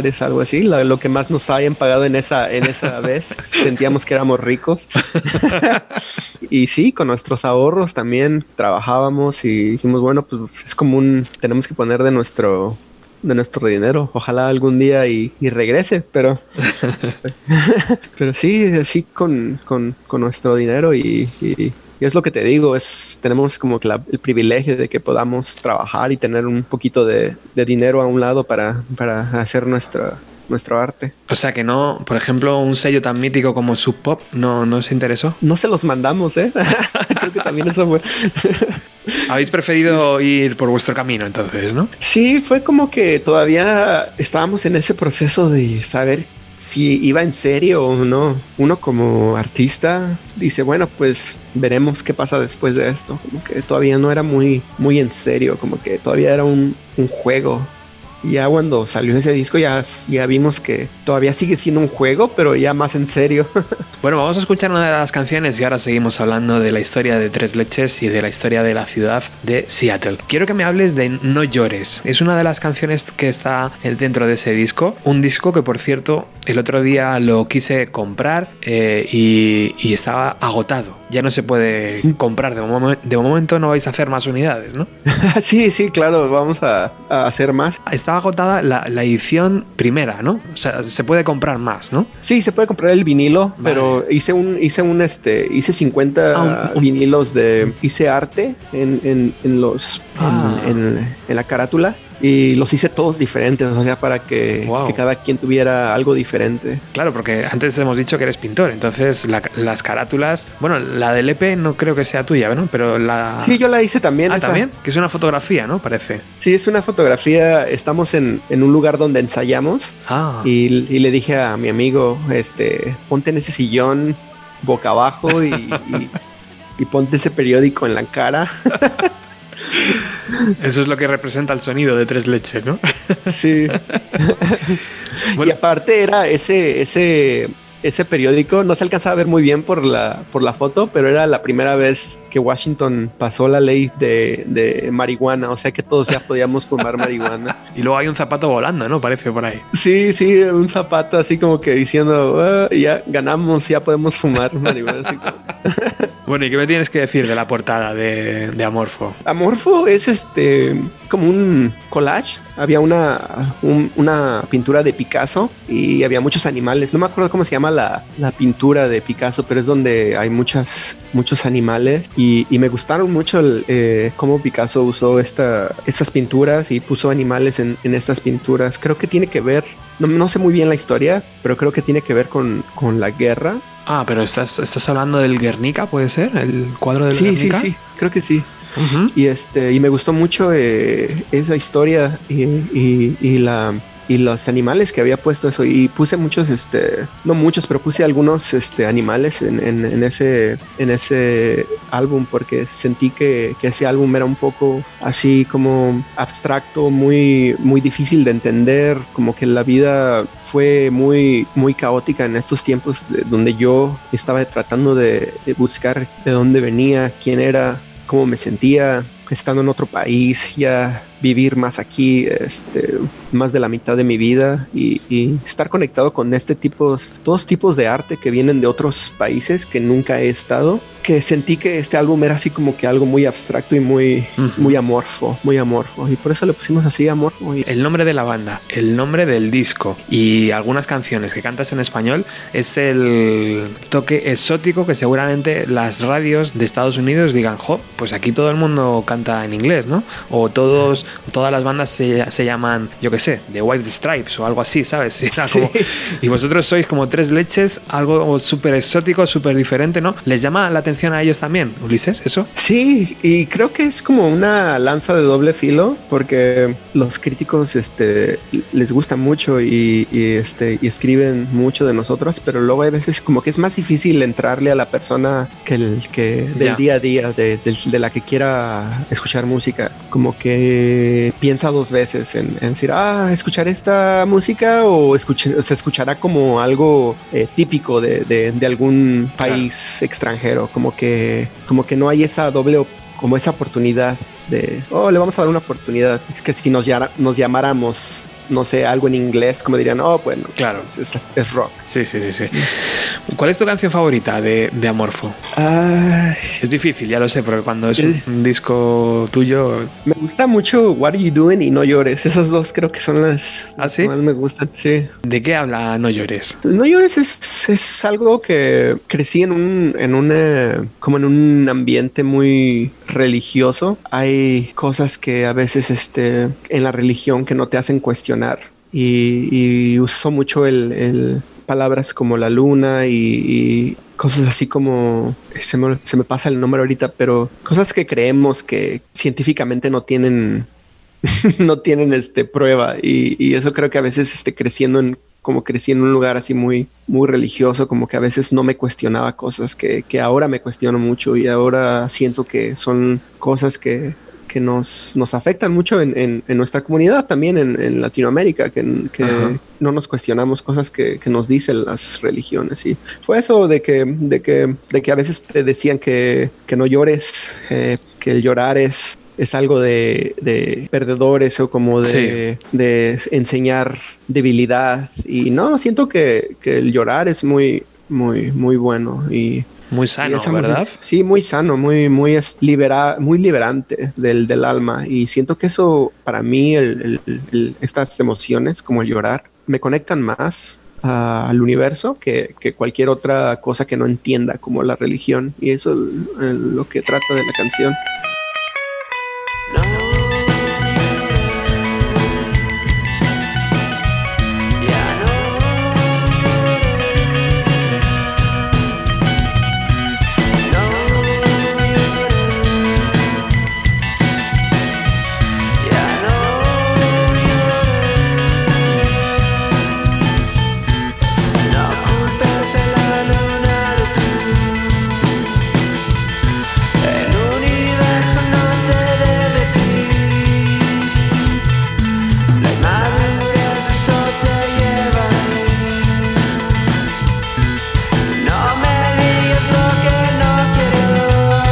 sí, lo, lo que más nos hayan pagado en esa, en esa vez. Sentíamos que éramos ricos. Y sí, con nuestros ahorros también trabajábamos y dijimos, bueno, pues es como un, tenemos que poner de nuestro, de nuestro dinero. Ojalá algún día y, y regrese, pero, pero sí, así con, con, con nuestro dinero y, y Y es lo que te digo, es tenemos como que la, el privilegio de que podamos trabajar y tener un poquito de, de dinero a un lado para, para hacer nuestra, nuestro arte.
O sea que no, por ejemplo, un sello tan mítico como Sub Pop no, no se interesó.
No se los mandamos, ¿eh? Creo que también eso fue...
Habéis preferido ir por vuestro camino entonces, ¿no?
Sí, fue como que todavía estábamos en ese proceso de saber si iba en serio o no. Uno como artista dice, bueno, pues veremos qué pasa después de esto. Como que todavía no era muy, muy en serio, como que todavía era un, un juego. Y ya cuando salió ese disco ya, ya vimos que todavía sigue siendo un juego, pero ya más en serio.
Bueno, vamos a escuchar una de las canciones y ahora seguimos hablando de la historia de Tres Leches y de la historia de la ciudad de Seattle. Quiero que me hables de No Llores. Es una de las canciones que está dentro de ese disco. Un disco que, por cierto, el otro día lo quise comprar eh, y, y estaba agotado. Ya no se puede comprar. De, mom- de momento no vais a hacer más unidades, ¿no?
Sí, sí, claro, vamos a, a hacer más.
Estaba agotada la, la edición primera, ¿no? O sea, se puede comprar más, ¿no?
Sí, se puede comprar el vinilo,
Vale.
pero hice un, hice un, este, hice cincuenta
Ah, un- un-
vinilos de, hice arte en, en, en los,
Ah.
en, en, en la carátula y los hice todos diferentes, o sea, para que,
Wow.
que cada quien tuviera algo diferente.
Claro, porque antes hemos dicho que eres pintor, entonces la- las carátulas, bueno, la del E P no creo que sea tuya, ¿no? Pero la...
Sí, yo la hice también.
Ah,
esa.
también, que es una fotografía, ¿no? Parece.
Sí, es una fotografía, estamos en, en un lugar donde ensayamos
Ah,
y, y le dije a mi amigo, este, ponte en ese sillón boca abajo y, y, y ponte ese periódico en la cara.
eso es lo que representa el sonido de Tres Leches, ¿no?
Sí.
Bueno.
Y aparte era ese, ese, ese periódico, no se alcanzaba a ver muy bien por la, por la foto, pero era la primera vez que Washington pasó la ley de, de marihuana, o sea que todos ya podíamos fumar marihuana.
Y luego hay un zapato volando, ¿no? Parece por ahí.
Sí, sí, un zapato así como que diciendo, "Ah, ya ganamos, ya podemos fumar marihuana". Así como...
Bueno, ¿y qué me tienes que decir de la portada de, de Amorfo?
Amorfo es este como un collage. Había una, un- una pintura de Picasso y había muchos animales. No me acuerdo cómo se llama la, la pintura de Picasso, pero es donde hay muchas, muchos animales. Y, y me gustaron mucho el, eh, cómo Picasso usó esta, estas pinturas y puso animales en, en estas pinturas. Creo que tiene que ver, no, no sé muy bien la historia, pero creo que tiene que ver con, con la guerra.
Ah, pero estás, estás hablando del Guernica, ¿puede ser? ¿El cuadro del
Sí, sí,
Guernica?
sí, creo que sí.
Ujú.
Y este y me gustó mucho eh, esa historia y, y, y la y los animales que había puesto eso y puse muchos este no muchos pero puse algunos este animales en, en, en ese en ese álbum porque sentí que, que ese álbum era un poco así como abstracto, muy muy difícil de entender, como que la vida fue muy muy caótica en estos tiempos de- donde yo estaba tratando de, de buscar de dónde venía, quién era, cómo me sentía estando en otro país, ya vivir más aquí, este, más de la mitad de mi vida y, y estar conectado con este tipo, todos tipos de arte que vienen de otros países que nunca he estado, que sentí que este álbum era así como que algo muy abstracto y muy,
Ujú.
muy amorfo, muy amorfo y por eso le pusimos así amorfo. Y
El nombre de la banda, el nombre del disco y algunas canciones que cantas en español es el toque exótico que seguramente las radios de Estados Unidos digan, jo, pues aquí todo el mundo canta en inglés, ¿no? O todos, todas las bandas se, se llaman, yo qué sé, The White Stripes o algo así, ¿sabes? Era
Sí.
como- y vosotros sois como Tres Leches, algo súper exótico, súper diferente, ¿no? ¿Les llama la atención a ellos también, Ulises, eso?
Sí, y creo que es como una lanza de doble filo porque los críticos este, les gusta mucho y, y, este, y escriben mucho de nosotros, pero luego hay veces como que es más difícil entrarle a la persona que, el, que del
Ya.
día a día, de, del- de la que quiera escuchar música. Como que piensa dos veces en, en decir, ah, escuchar esta música o, escuche- o se escuchará como algo eh, típico de, de- de algún país extranjero, como que, como que no hay esa doble, op- como esa oportunidad de, oh, le vamos a dar una oportunidad. Es que si nos, llara- nos llamáramos no sé, algo en inglés, como dirían, oh, bueno,
Claro.
es, es- es rock.
Sí, sí, sí, sí. ¿Cuál es tu canción favorita de, de Amorfo?
Ay,
Es difícil, ya lo sé, porque cuando es
Sí.
un disco tuyo...
me gusta mucho What Are You Doing y No Llores. Esas dos creo que son las
¿Ah, sí?
que más me gustan. Sí.
¿De qué habla No Llores?
No Llores es, es algo que crecí en un, en una, como en un ambiente muy religioso. Hay cosas que a veces este, en la religión que no te hacen cuestionar. Y, y uso mucho el, el palabras como la luna y, y cosas así como, se me, se me pasa el nombre ahorita, pero cosas que creemos que científicamente no tienen no tienen este prueba y, y eso creo que a veces este creciendo en como crecí en un lugar así muy muy religioso, como que a veces no me cuestionaba cosas que, que ahora me cuestiono mucho y ahora siento que son cosas que, que nos, nos afectan mucho en, en, en nuestra comunidad también en, en Latinoamérica, que, que no nos cuestionamos cosas que, que nos dicen las religiones. Y fue eso de que, de que, de que a veces te decían que, que no llores, eh, que el llorar es es algo de, de perdedores o como de,
Sí.
de enseñar debilidad. Y no, siento que, que el llorar es muy, muy, muy bueno. Y,
Muy
y
sano,
esa
¿verdad?
música- sí, muy sano, muy, muy, es libera, muy liberante del, del alma. Y siento que eso, para mí, el, el- el- estas emociones, como el llorar, me conectan más ah, al universo que, que cualquier otra cosa que no entienda, como la religión. Y eso es el- lo que trata de la canción.
No culpes a la luna de tu. El universo no te debe a ti. La inmadurez eso te lleva. No me digas lo que no quiero.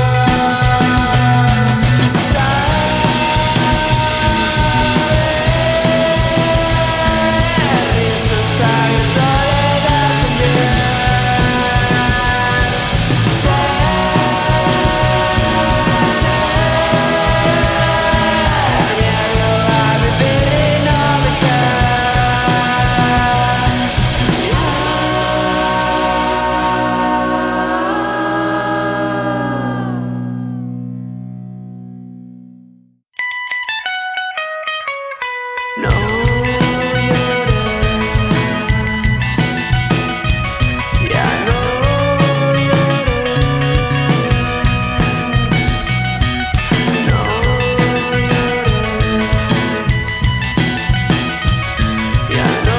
Sabes, risas hay en soledad también. Miedo a vivir y no dejar. No llores, ya no llores, no llores, ya no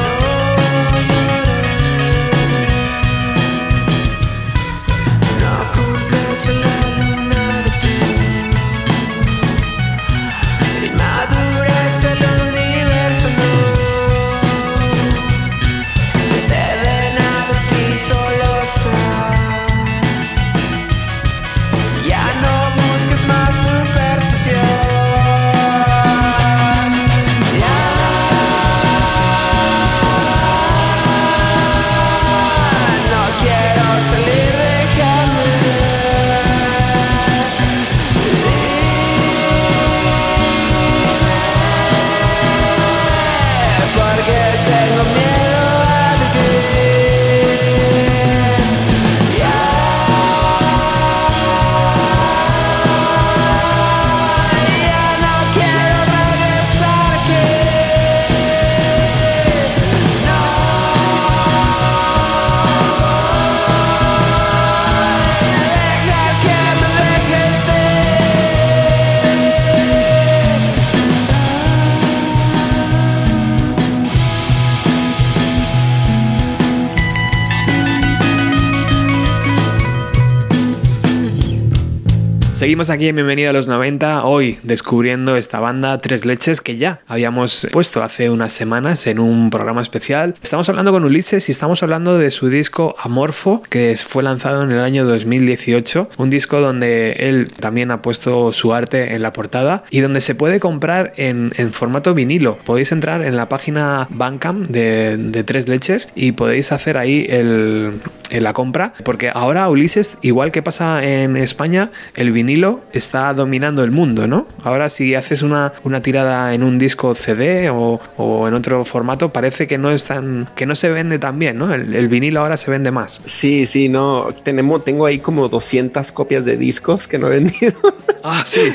llores, no culpes a la luna de tu inmadurez, el universo
Seguimos aquí en Bienvenido a los noventa, hoy descubriendo esta banda Tres Leches que ya habíamos puesto hace unas semanas en un programa especial. Estamos hablando con Ulises y estamos hablando de su disco Amorfo, que fue lanzado en el año dos mil dieciocho, un disco donde él también ha puesto su arte en la portada y donde se puede comprar en, en formato vinilo. Podéis entrar en la página Bandcamp de, de Tres Leches y podéis hacer ahí el, el la compra, porque ahora Ulises, igual que pasa en España, el vinilo está dominando el mundo, ¿no? Ahora si haces una, una tirada en un disco C D o, o en otro formato, parece que no es tan, que no se vende tan bien, ¿no? El, el vinilo ahora se vende más.
Sí, sí, no. Tenemos, tengo ahí como doscientas copias de discos que no he vendido.
Ah, sí.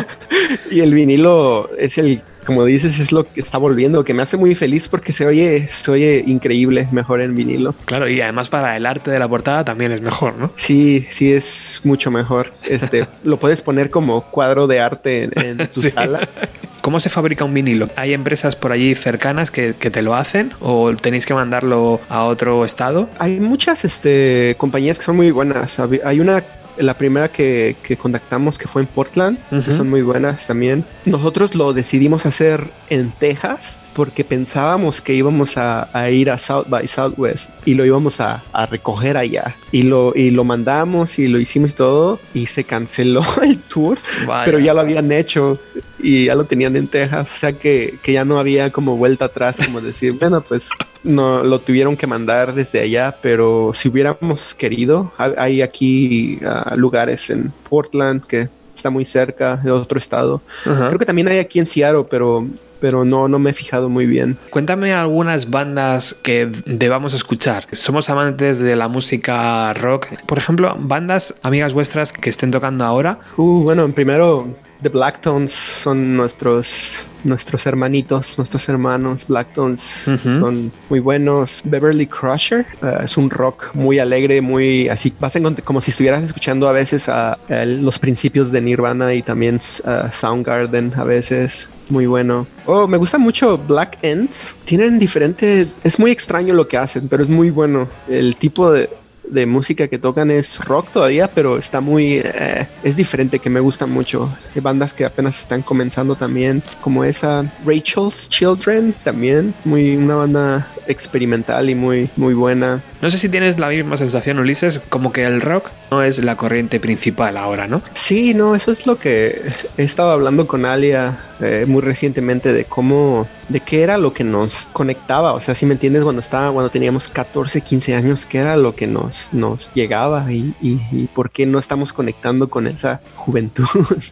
Y el vinilo es el, como dices, es lo que está volviendo, que me hace muy feliz porque se oye, se oye increíble, mejor en vinilo.
Claro, y además para el arte de la portada también es mejor, ¿no?
Sí, sí es mucho mejor. Este, lo puedes poner como cuadro de arte en, en tu
Sí.
sala.
¿Cómo se fabrica un vinilo? ¿Hay empresas por allí cercanas que, que te lo hacen o tenéis que mandarlo a otro estado?
Hay muchas este, compañías que son muy buenas. Hab- Hay una, la primera que, que contactamos que fue en Portland,
Ujú.
que son muy buenas también. Nosotros lo decidimos hacer en Texas porque pensábamos que íbamos a, a ir a South by Southwest y lo íbamos a, a recoger allá. Y lo, y lo mandamos y lo hicimos todo y se canceló el tour,
Vaya.
pero ya lo habían hecho y ya lo tenían en Texas. O sea que, que ya no había como vuelta atrás, como decir, bueno, pues no lo tuvieron que mandar desde allá, pero si hubiéramos querido, hay, hay aquí uh, lugares en Portland que está muy cerca, en otro estado.
Ajá.
Creo que también hay aquí en Seattle, pero, pero no, no me he fijado muy bien.
Cuéntame algunas bandas que debamos escuchar. Somos amantes de la música rock. Por ejemplo, bandas amigas vuestras que estén tocando ahora.
Uh, bueno, primero, The Blacktones son nuestros, nuestros hermanitos, nuestros hermanos. Blacktones
Ujú.
son muy buenos. Beverly Crusher uh, es un rock muy alegre, muy así. Vas a encont- como si estuvieras escuchando a veces a, a los principios de Nirvana y también uh, Soundgarden a veces. Muy bueno. Oh, me gusta mucho Black Ants. Tienen diferente... Es muy extraño lo que hacen, pero es muy bueno. El tipo de... de música que tocan es rock todavía, pero está muy... Eh, es diferente, que me gusta mucho. Hay bandas que apenas están comenzando también, como esa Rachel's Children, también. Muy, una banda experimental y muy, muy buena.
No sé si tienes la misma sensación, Ulises, como que el rock no es la corriente principal ahora, ¿no?
Sí, no, eso es lo que he estado hablando con Alia eh, muy recientemente de cómo, de qué era lo que nos conectaba. O sea, si me entiendes, cuando estaba, cuando teníamos catorce, quince años, qué era lo que nos, nos llegaba y, y, y por qué no estamos conectando con esa juventud.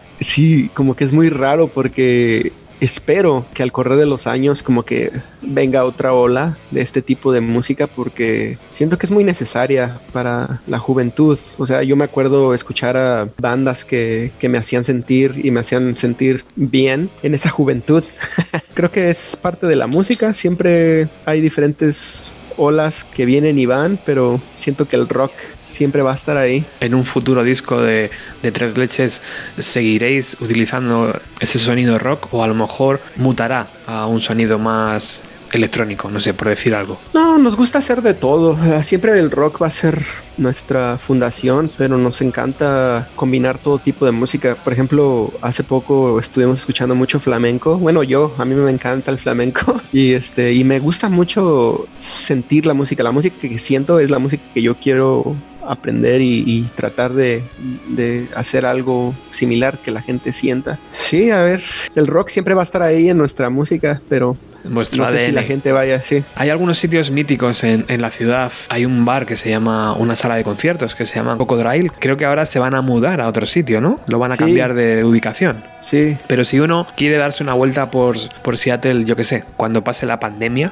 Sí, como que es muy raro porque espero que al correr de los años como que venga otra ola de este tipo de música porque siento que es muy necesaria para la juventud. O sea, yo me acuerdo escuchar a bandas que, que me hacían sentir y me hacían sentir bien en esa juventud. Creo que es parte de la música. Siempre hay diferentes olas que vienen y van, pero siento que el rock siempre va a estar ahí.
En un futuro disco de, de Tres Leches, ¿seguiréis utilizando ese sonido rock o a lo mejor mutará a un sonido más electrónico? No sé, por decir algo.
No, nos gusta hacer de todo. Eh, Siempre el rock va a ser nuestra fundación, pero nos encanta combinar todo tipo de música. Por ejemplo, hace poco estuvimos escuchando mucho flamenco. Bueno, yo, a mí me encanta el flamenco y este y me gusta mucho sentir la música. La música que siento es la música que yo quiero aprender y, y tratar de, de hacer algo similar que la gente sienta. Sí, a ver, el rock siempre va a estar ahí en nuestra música, pero
Vuestro
no sé
A D N.
si la gente vaya, sí.
Hay algunos sitios míticos en, en la ciudad. Hay un bar que se llama, una sala de conciertos que se llama Cocodrilo. Creo que ahora se van a mudar a otro sitio, ¿no? Lo van a
Sí.
cambiar de ubicación.
Sí,
Pero si uno quiere darse una vuelta por, por Seattle, yo qué sé, cuando pase la pandemia,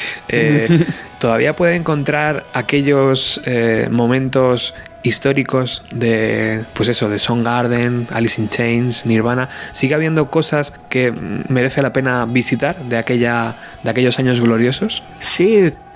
eh, todavía puede encontrar aquellos eh, momentos históricos de, pues eso, de Soundgarden, Alice in Chains, Nirvana. Sigue habiendo cosas que merece la pena visitar de aquella, de aquellos años gloriosos.
sí,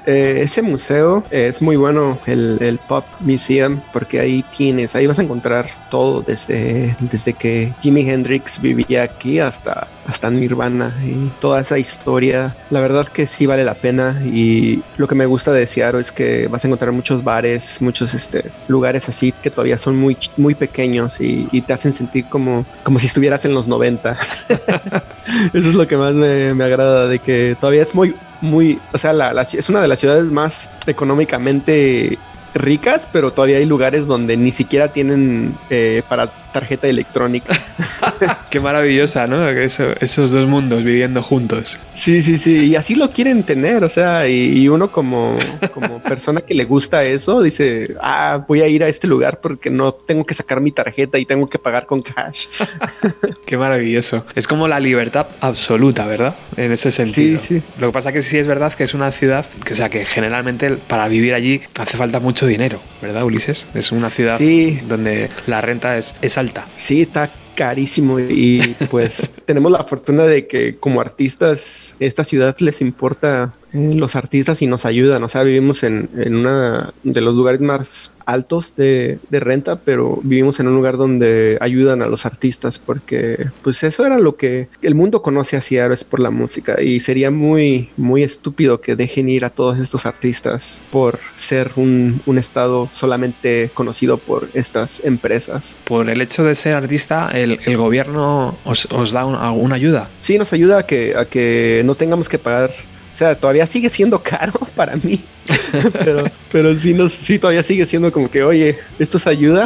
Eh, ese museo es muy bueno, el, el Pop Museum, porque ahí tienes, ahí vas a encontrar todo desde, desde que Jimi Hendrix vivía aquí hasta, hasta Nirvana y toda esa historia. La verdad que sí vale la pena, y lo que me gusta de Seattle es que vas a encontrar muchos bares, muchos este, lugares así que todavía son muy, muy pequeños y, y te hacen sentir como, como si estuvieras en los noventa. Eso es lo que más me, me agrada, de que todavía es muy, muy, o sea, la, la, es una de las ciudades más económicamente ricas, pero todavía hay lugares donde ni siquiera tienen eh, para tarjeta electrónica.
Qué maravillosa, ¿no? Eso, esos dos mundos viviendo juntos.
Sí, sí, sí, y así lo quieren tener, o sea, y, y uno como, como persona que le gusta eso, dice, ah, voy a ir a este lugar porque no tengo que sacar mi tarjeta y tengo que pagar con cash.
Qué maravilloso. Es como la libertad absoluta, ¿verdad? En ese sentido.
Sí, sí.
Lo que pasa que sí es verdad que es una ciudad, que, o sea, que generalmente para vivir allí hace falta mucho dinero, ¿verdad, Ulises? Es una ciudad
Sí.
donde la renta es, es alta.
Sí, está carísimo, y pues tenemos la fortuna de que como artistas esta ciudad les importa eh, los artistas y nos ayudan. O sea, vivimos en, en una de los lugares más altos de, de renta, pero vivimos en un lugar donde ayudan a los artistas, porque pues eso era lo que el mundo conoce a Seattle, es por la música, y sería muy muy estúpido que dejen ir a todos estos artistas por ser un, un estado solamente conocido por estas empresas.
Por el hecho de ser artista, el, el gobierno os, os da un- alguna ayuda.
Sí, nos ayuda a que, a que no tengamos que pagar. O sea, todavía sigue siendo caro para mí, pero, pero sí, nos, sí, todavía sigue siendo como que, oye, esto es ayuda,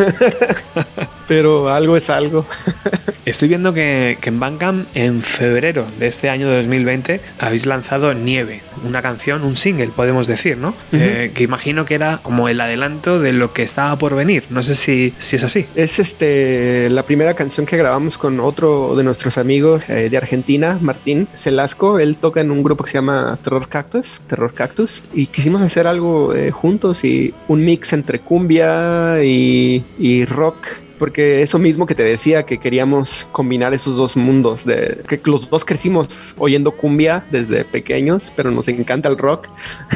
pero algo es algo.
Estoy viendo que, que en Bandcamp, en febrero de este año dos mil veinte, habéis lanzado Nieve, una canción, un single, podemos decir, ¿no? Eh, que imagino que era como el adelanto de lo que estaba por venir. No sé si, si es así.
Es este la primera canción que grabamos con otro de nuestros amigos eh, de Argentina, Martín Celasco. Él toca en un grupo que se llama Terror Cactus, Terror Cactus, y quisimos hacer algo eh, juntos, y un mix entre cumbia y, y rock. Porque eso mismo que te decía, que queríamos combinar esos dos mundos, de que los dos crecimos oyendo cumbia desde pequeños, pero nos encanta el rock.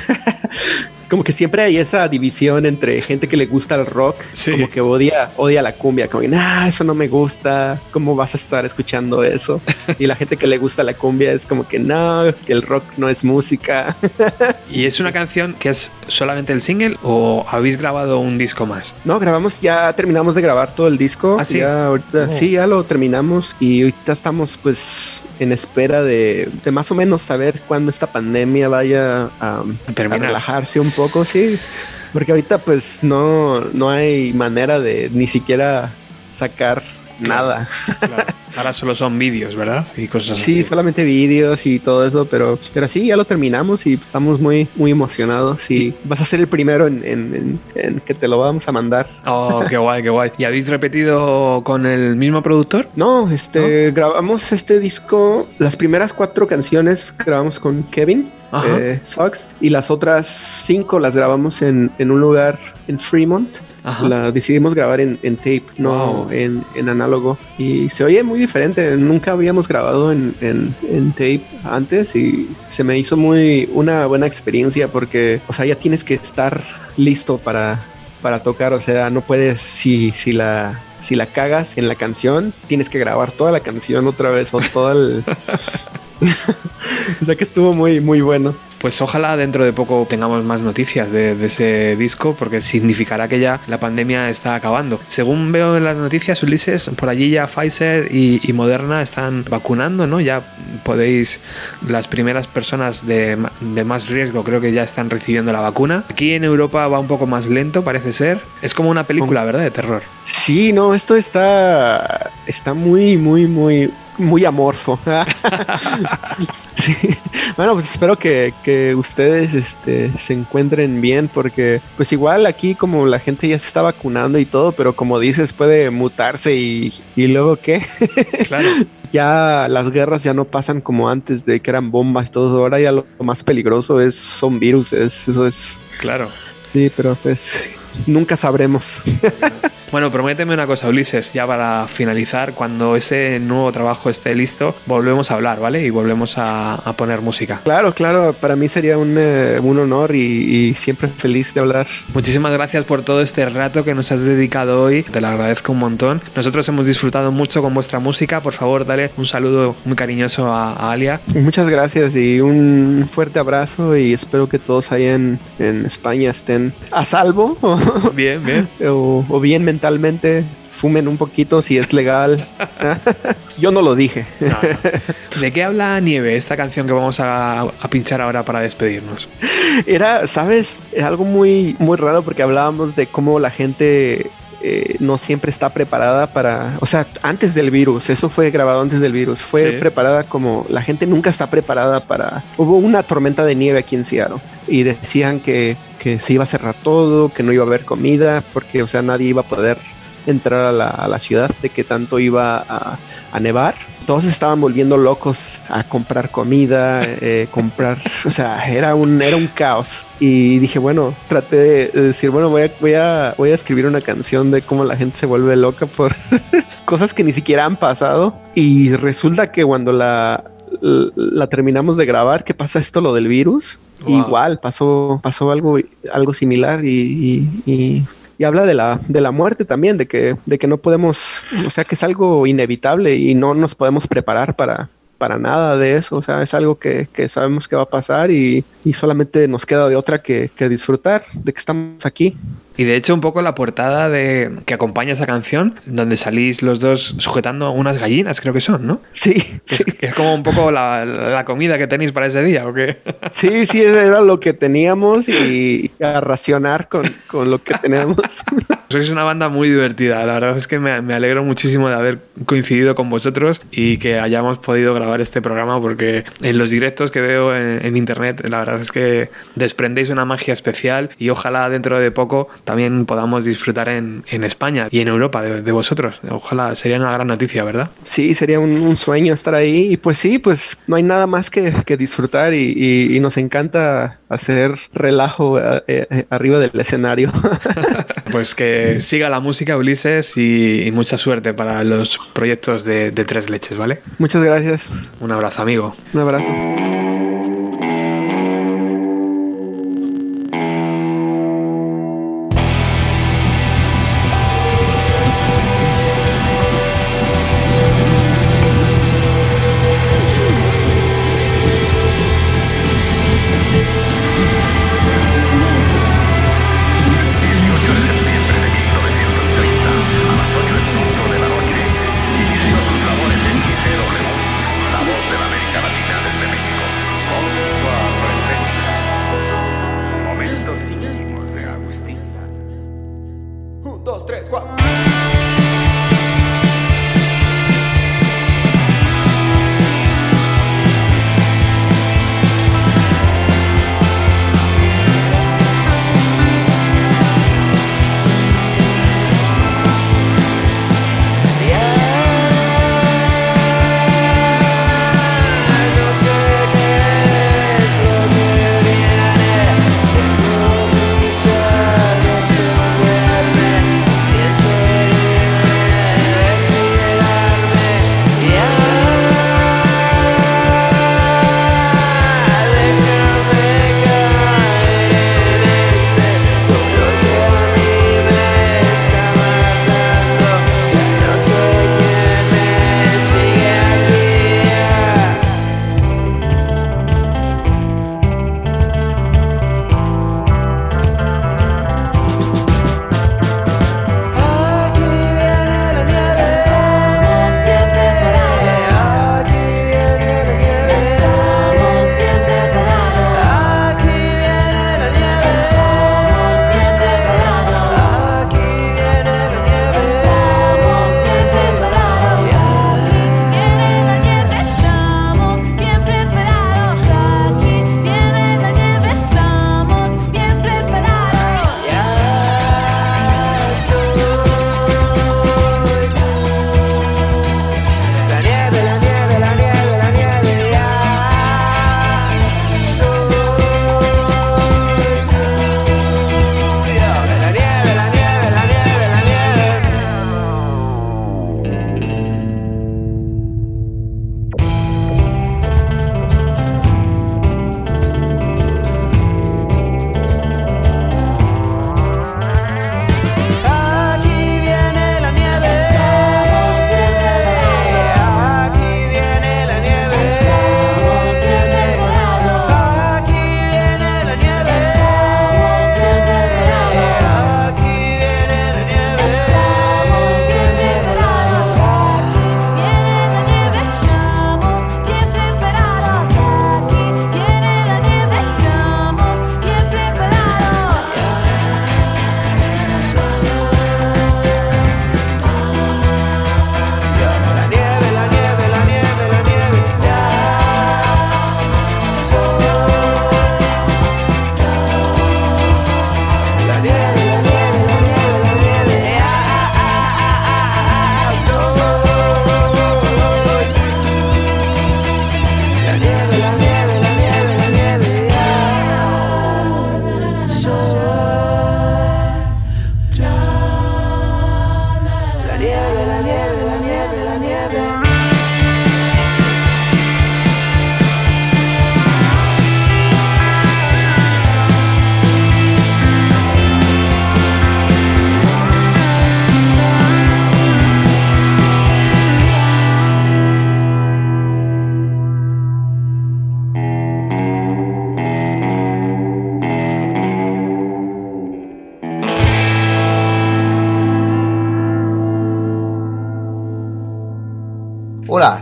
Como que siempre hay esa división entre gente que le gusta el rock,
Sí.
como que odia, odia la cumbia, como que, nah, eso no me gusta, ¿cómo vas a estar escuchando eso? Y la gente que le gusta la cumbia es como que, no, que el rock no es música.
¿Y es una canción que es solamente el single o habéis grabado un disco más?
No, grabamos, ya terminamos de grabar todo el disco.
¿Ah, sí?
Ya ahorita,
Oh.
sí, ya lo terminamos, y ahorita estamos pues en espera de, de más o menos saber cuándo esta pandemia vaya a,
A terminar.
a relajarse un poco, sí. Porque ahorita pues no, no hay manera de ni siquiera sacar nada.
Claro. Ahora solo son vídeos, ¿verdad? Y cosas
Sí,
así.
solamente vídeos y todo eso, pero, pero sí, ya lo terminamos y estamos muy, muy emocionados, y vas a ser el primero en, en- en- en que te lo vamos a mandar.
Oh, qué guay, qué guay. ¿Y habéis repetido con el mismo productor?
No, este, grabamos este disco, las primeras cuatro canciones grabamos con Kevin
Ajá.
eh, Sox, y las otras cinco las grabamos en, en un lugar en Fremont.
Ajá.
La decidimos grabar en, en tape, no
Wow.
en, en análogo, y se oye muy diferente. Nunca habíamos grabado en, en, en tape antes, y se me hizo muy una buena experiencia, porque, o sea, ya tienes que estar listo para, para tocar. O sea, no puedes, si, si la si la cagas en la canción, tienes que grabar toda la canción otra vez, o todo el... O sea que estuvo muy, muy bueno.
Pues ojalá dentro de poco tengamos más noticias de, de ese disco, porque significará que ya la pandemia está acabando. Según veo en las noticias, Ulises, por allí ya Pfizer y, y Moderna están vacunando, ¿no? Ya podéis, las primeras personas de, ma- de más riesgo creo que ya están recibiendo la vacuna. Aquí en Europa va un poco más lento, parece ser. Es como una película, ¿verdad? De terror.
Sí, no, esto está, está muy, muy, muy, muy amorfo. Sí. Bueno, pues espero que, que ustedes este, se encuentren bien, porque pues igual aquí como la gente ya se está vacunando y todo, pero como dices, puede mutarse, y, y luego ¿qué?
Claro.
Ya las guerras ya no pasan como antes, de que eran bombas y todo. Ahora ya lo más peligroso es, son virus, es- eso es...
Claro.
Sí, pero pues nunca sabremos.
Bueno, prométeme una cosa, Ulises, ya para finalizar, cuando ese nuevo trabajo esté listo, volvemos a hablar, ¿vale? Y volvemos a, a poner música.
Claro, claro, para mí sería un, eh, un honor y, y siempre feliz de hablar.
Muchísimas gracias por todo este rato que nos has dedicado hoy, te lo agradezco un montón. Nosotros hemos disfrutado mucho con vuestra música, por favor, dale un saludo muy cariñoso a, a Alia.
Muchas gracias y un fuerte abrazo y espero que todos allá en, en España estén a salvo o,
Bien, bien.
o, o bien mentalmente. Fumen un poquito si es legal. Yo no lo dije.
No, no. ¿De qué habla Nieve, esta canción que vamos a, a pinchar ahora para despedirnos?
Era, ¿sabes? Era algo muy, muy raro porque hablábamos de cómo la gente eh, no siempre está preparada para... O sea, antes del virus, eso fue grabado antes del virus. Fue
Sí.
preparada como... La gente nunca está preparada para... Hubo una tormenta de nieve aquí en Seattle y decían que, que se iba a cerrar todo, que no iba a haber comida porque, o sea, nadie iba a poder entrar a la, a la ciudad de que tanto iba a, a nevar. Todos estaban volviendo locos a comprar comida, eh, comprar, o sea, era un, era un caos. Y dije, bueno, traté de decir, bueno, voy a, voy a, voy a escribir una canción de cómo la gente se vuelve loca por cosas que ni siquiera han pasado. Y resulta que cuando la, la terminamos de grabar, ¿qué pasa esto, lo del virus?
Wow.
Igual, pasó, pasó algo, algo similar y... y, y Y habla de la, de la muerte también, de que, de que no podemos, o sea, que es algo inevitable y no nos podemos preparar para, para nada de eso. O sea, es algo que, que sabemos que va a pasar y, y solamente nos queda de otra que, que disfrutar de que estamos aquí.
Y de hecho un poco la portada de que acompaña esa canción, donde salís los dos sujetando unas gallinas, creo que son, ¿no?
Sí,
Es,
sí.
es como un poco la, la comida que tenéis para ese día, ¿o qué?
Sí, sí, eso era lo que teníamos y a racionar con, con lo que tenemos.
Sois una banda muy divertida, la verdad es que me, me alegro muchísimo de haber coincidido con vosotros y que hayamos podido grabar este programa, porque en los directos que veo en, en internet, la verdad es que desprendéis una magia especial y ojalá dentro de poco también podamos disfrutar en, en España y en Europa de, de vosotros. Ojalá, sería una gran noticia, ¿verdad?
Sí, sería un, un sueño estar ahí. Y pues sí, pues no hay nada más que, que disfrutar y, y, y nos encanta hacer relajo eh, eh, arriba del escenario.
Pues que siga la música, Ulises, y, y mucha suerte para los proyectos de, de Tres Leches, ¿vale?
Muchas gracias.
Un abrazo, amigo.
Un abrazo.
dieciocho de septiembre de mil novecientos treinta, a las ocho en punto de la noche, inició sus labores en Liceo Lemón, la voz de la América Latina desde México.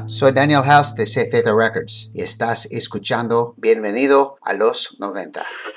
soy Daniel House de C Z Records y estás escuchando Bienvenido a los noventa.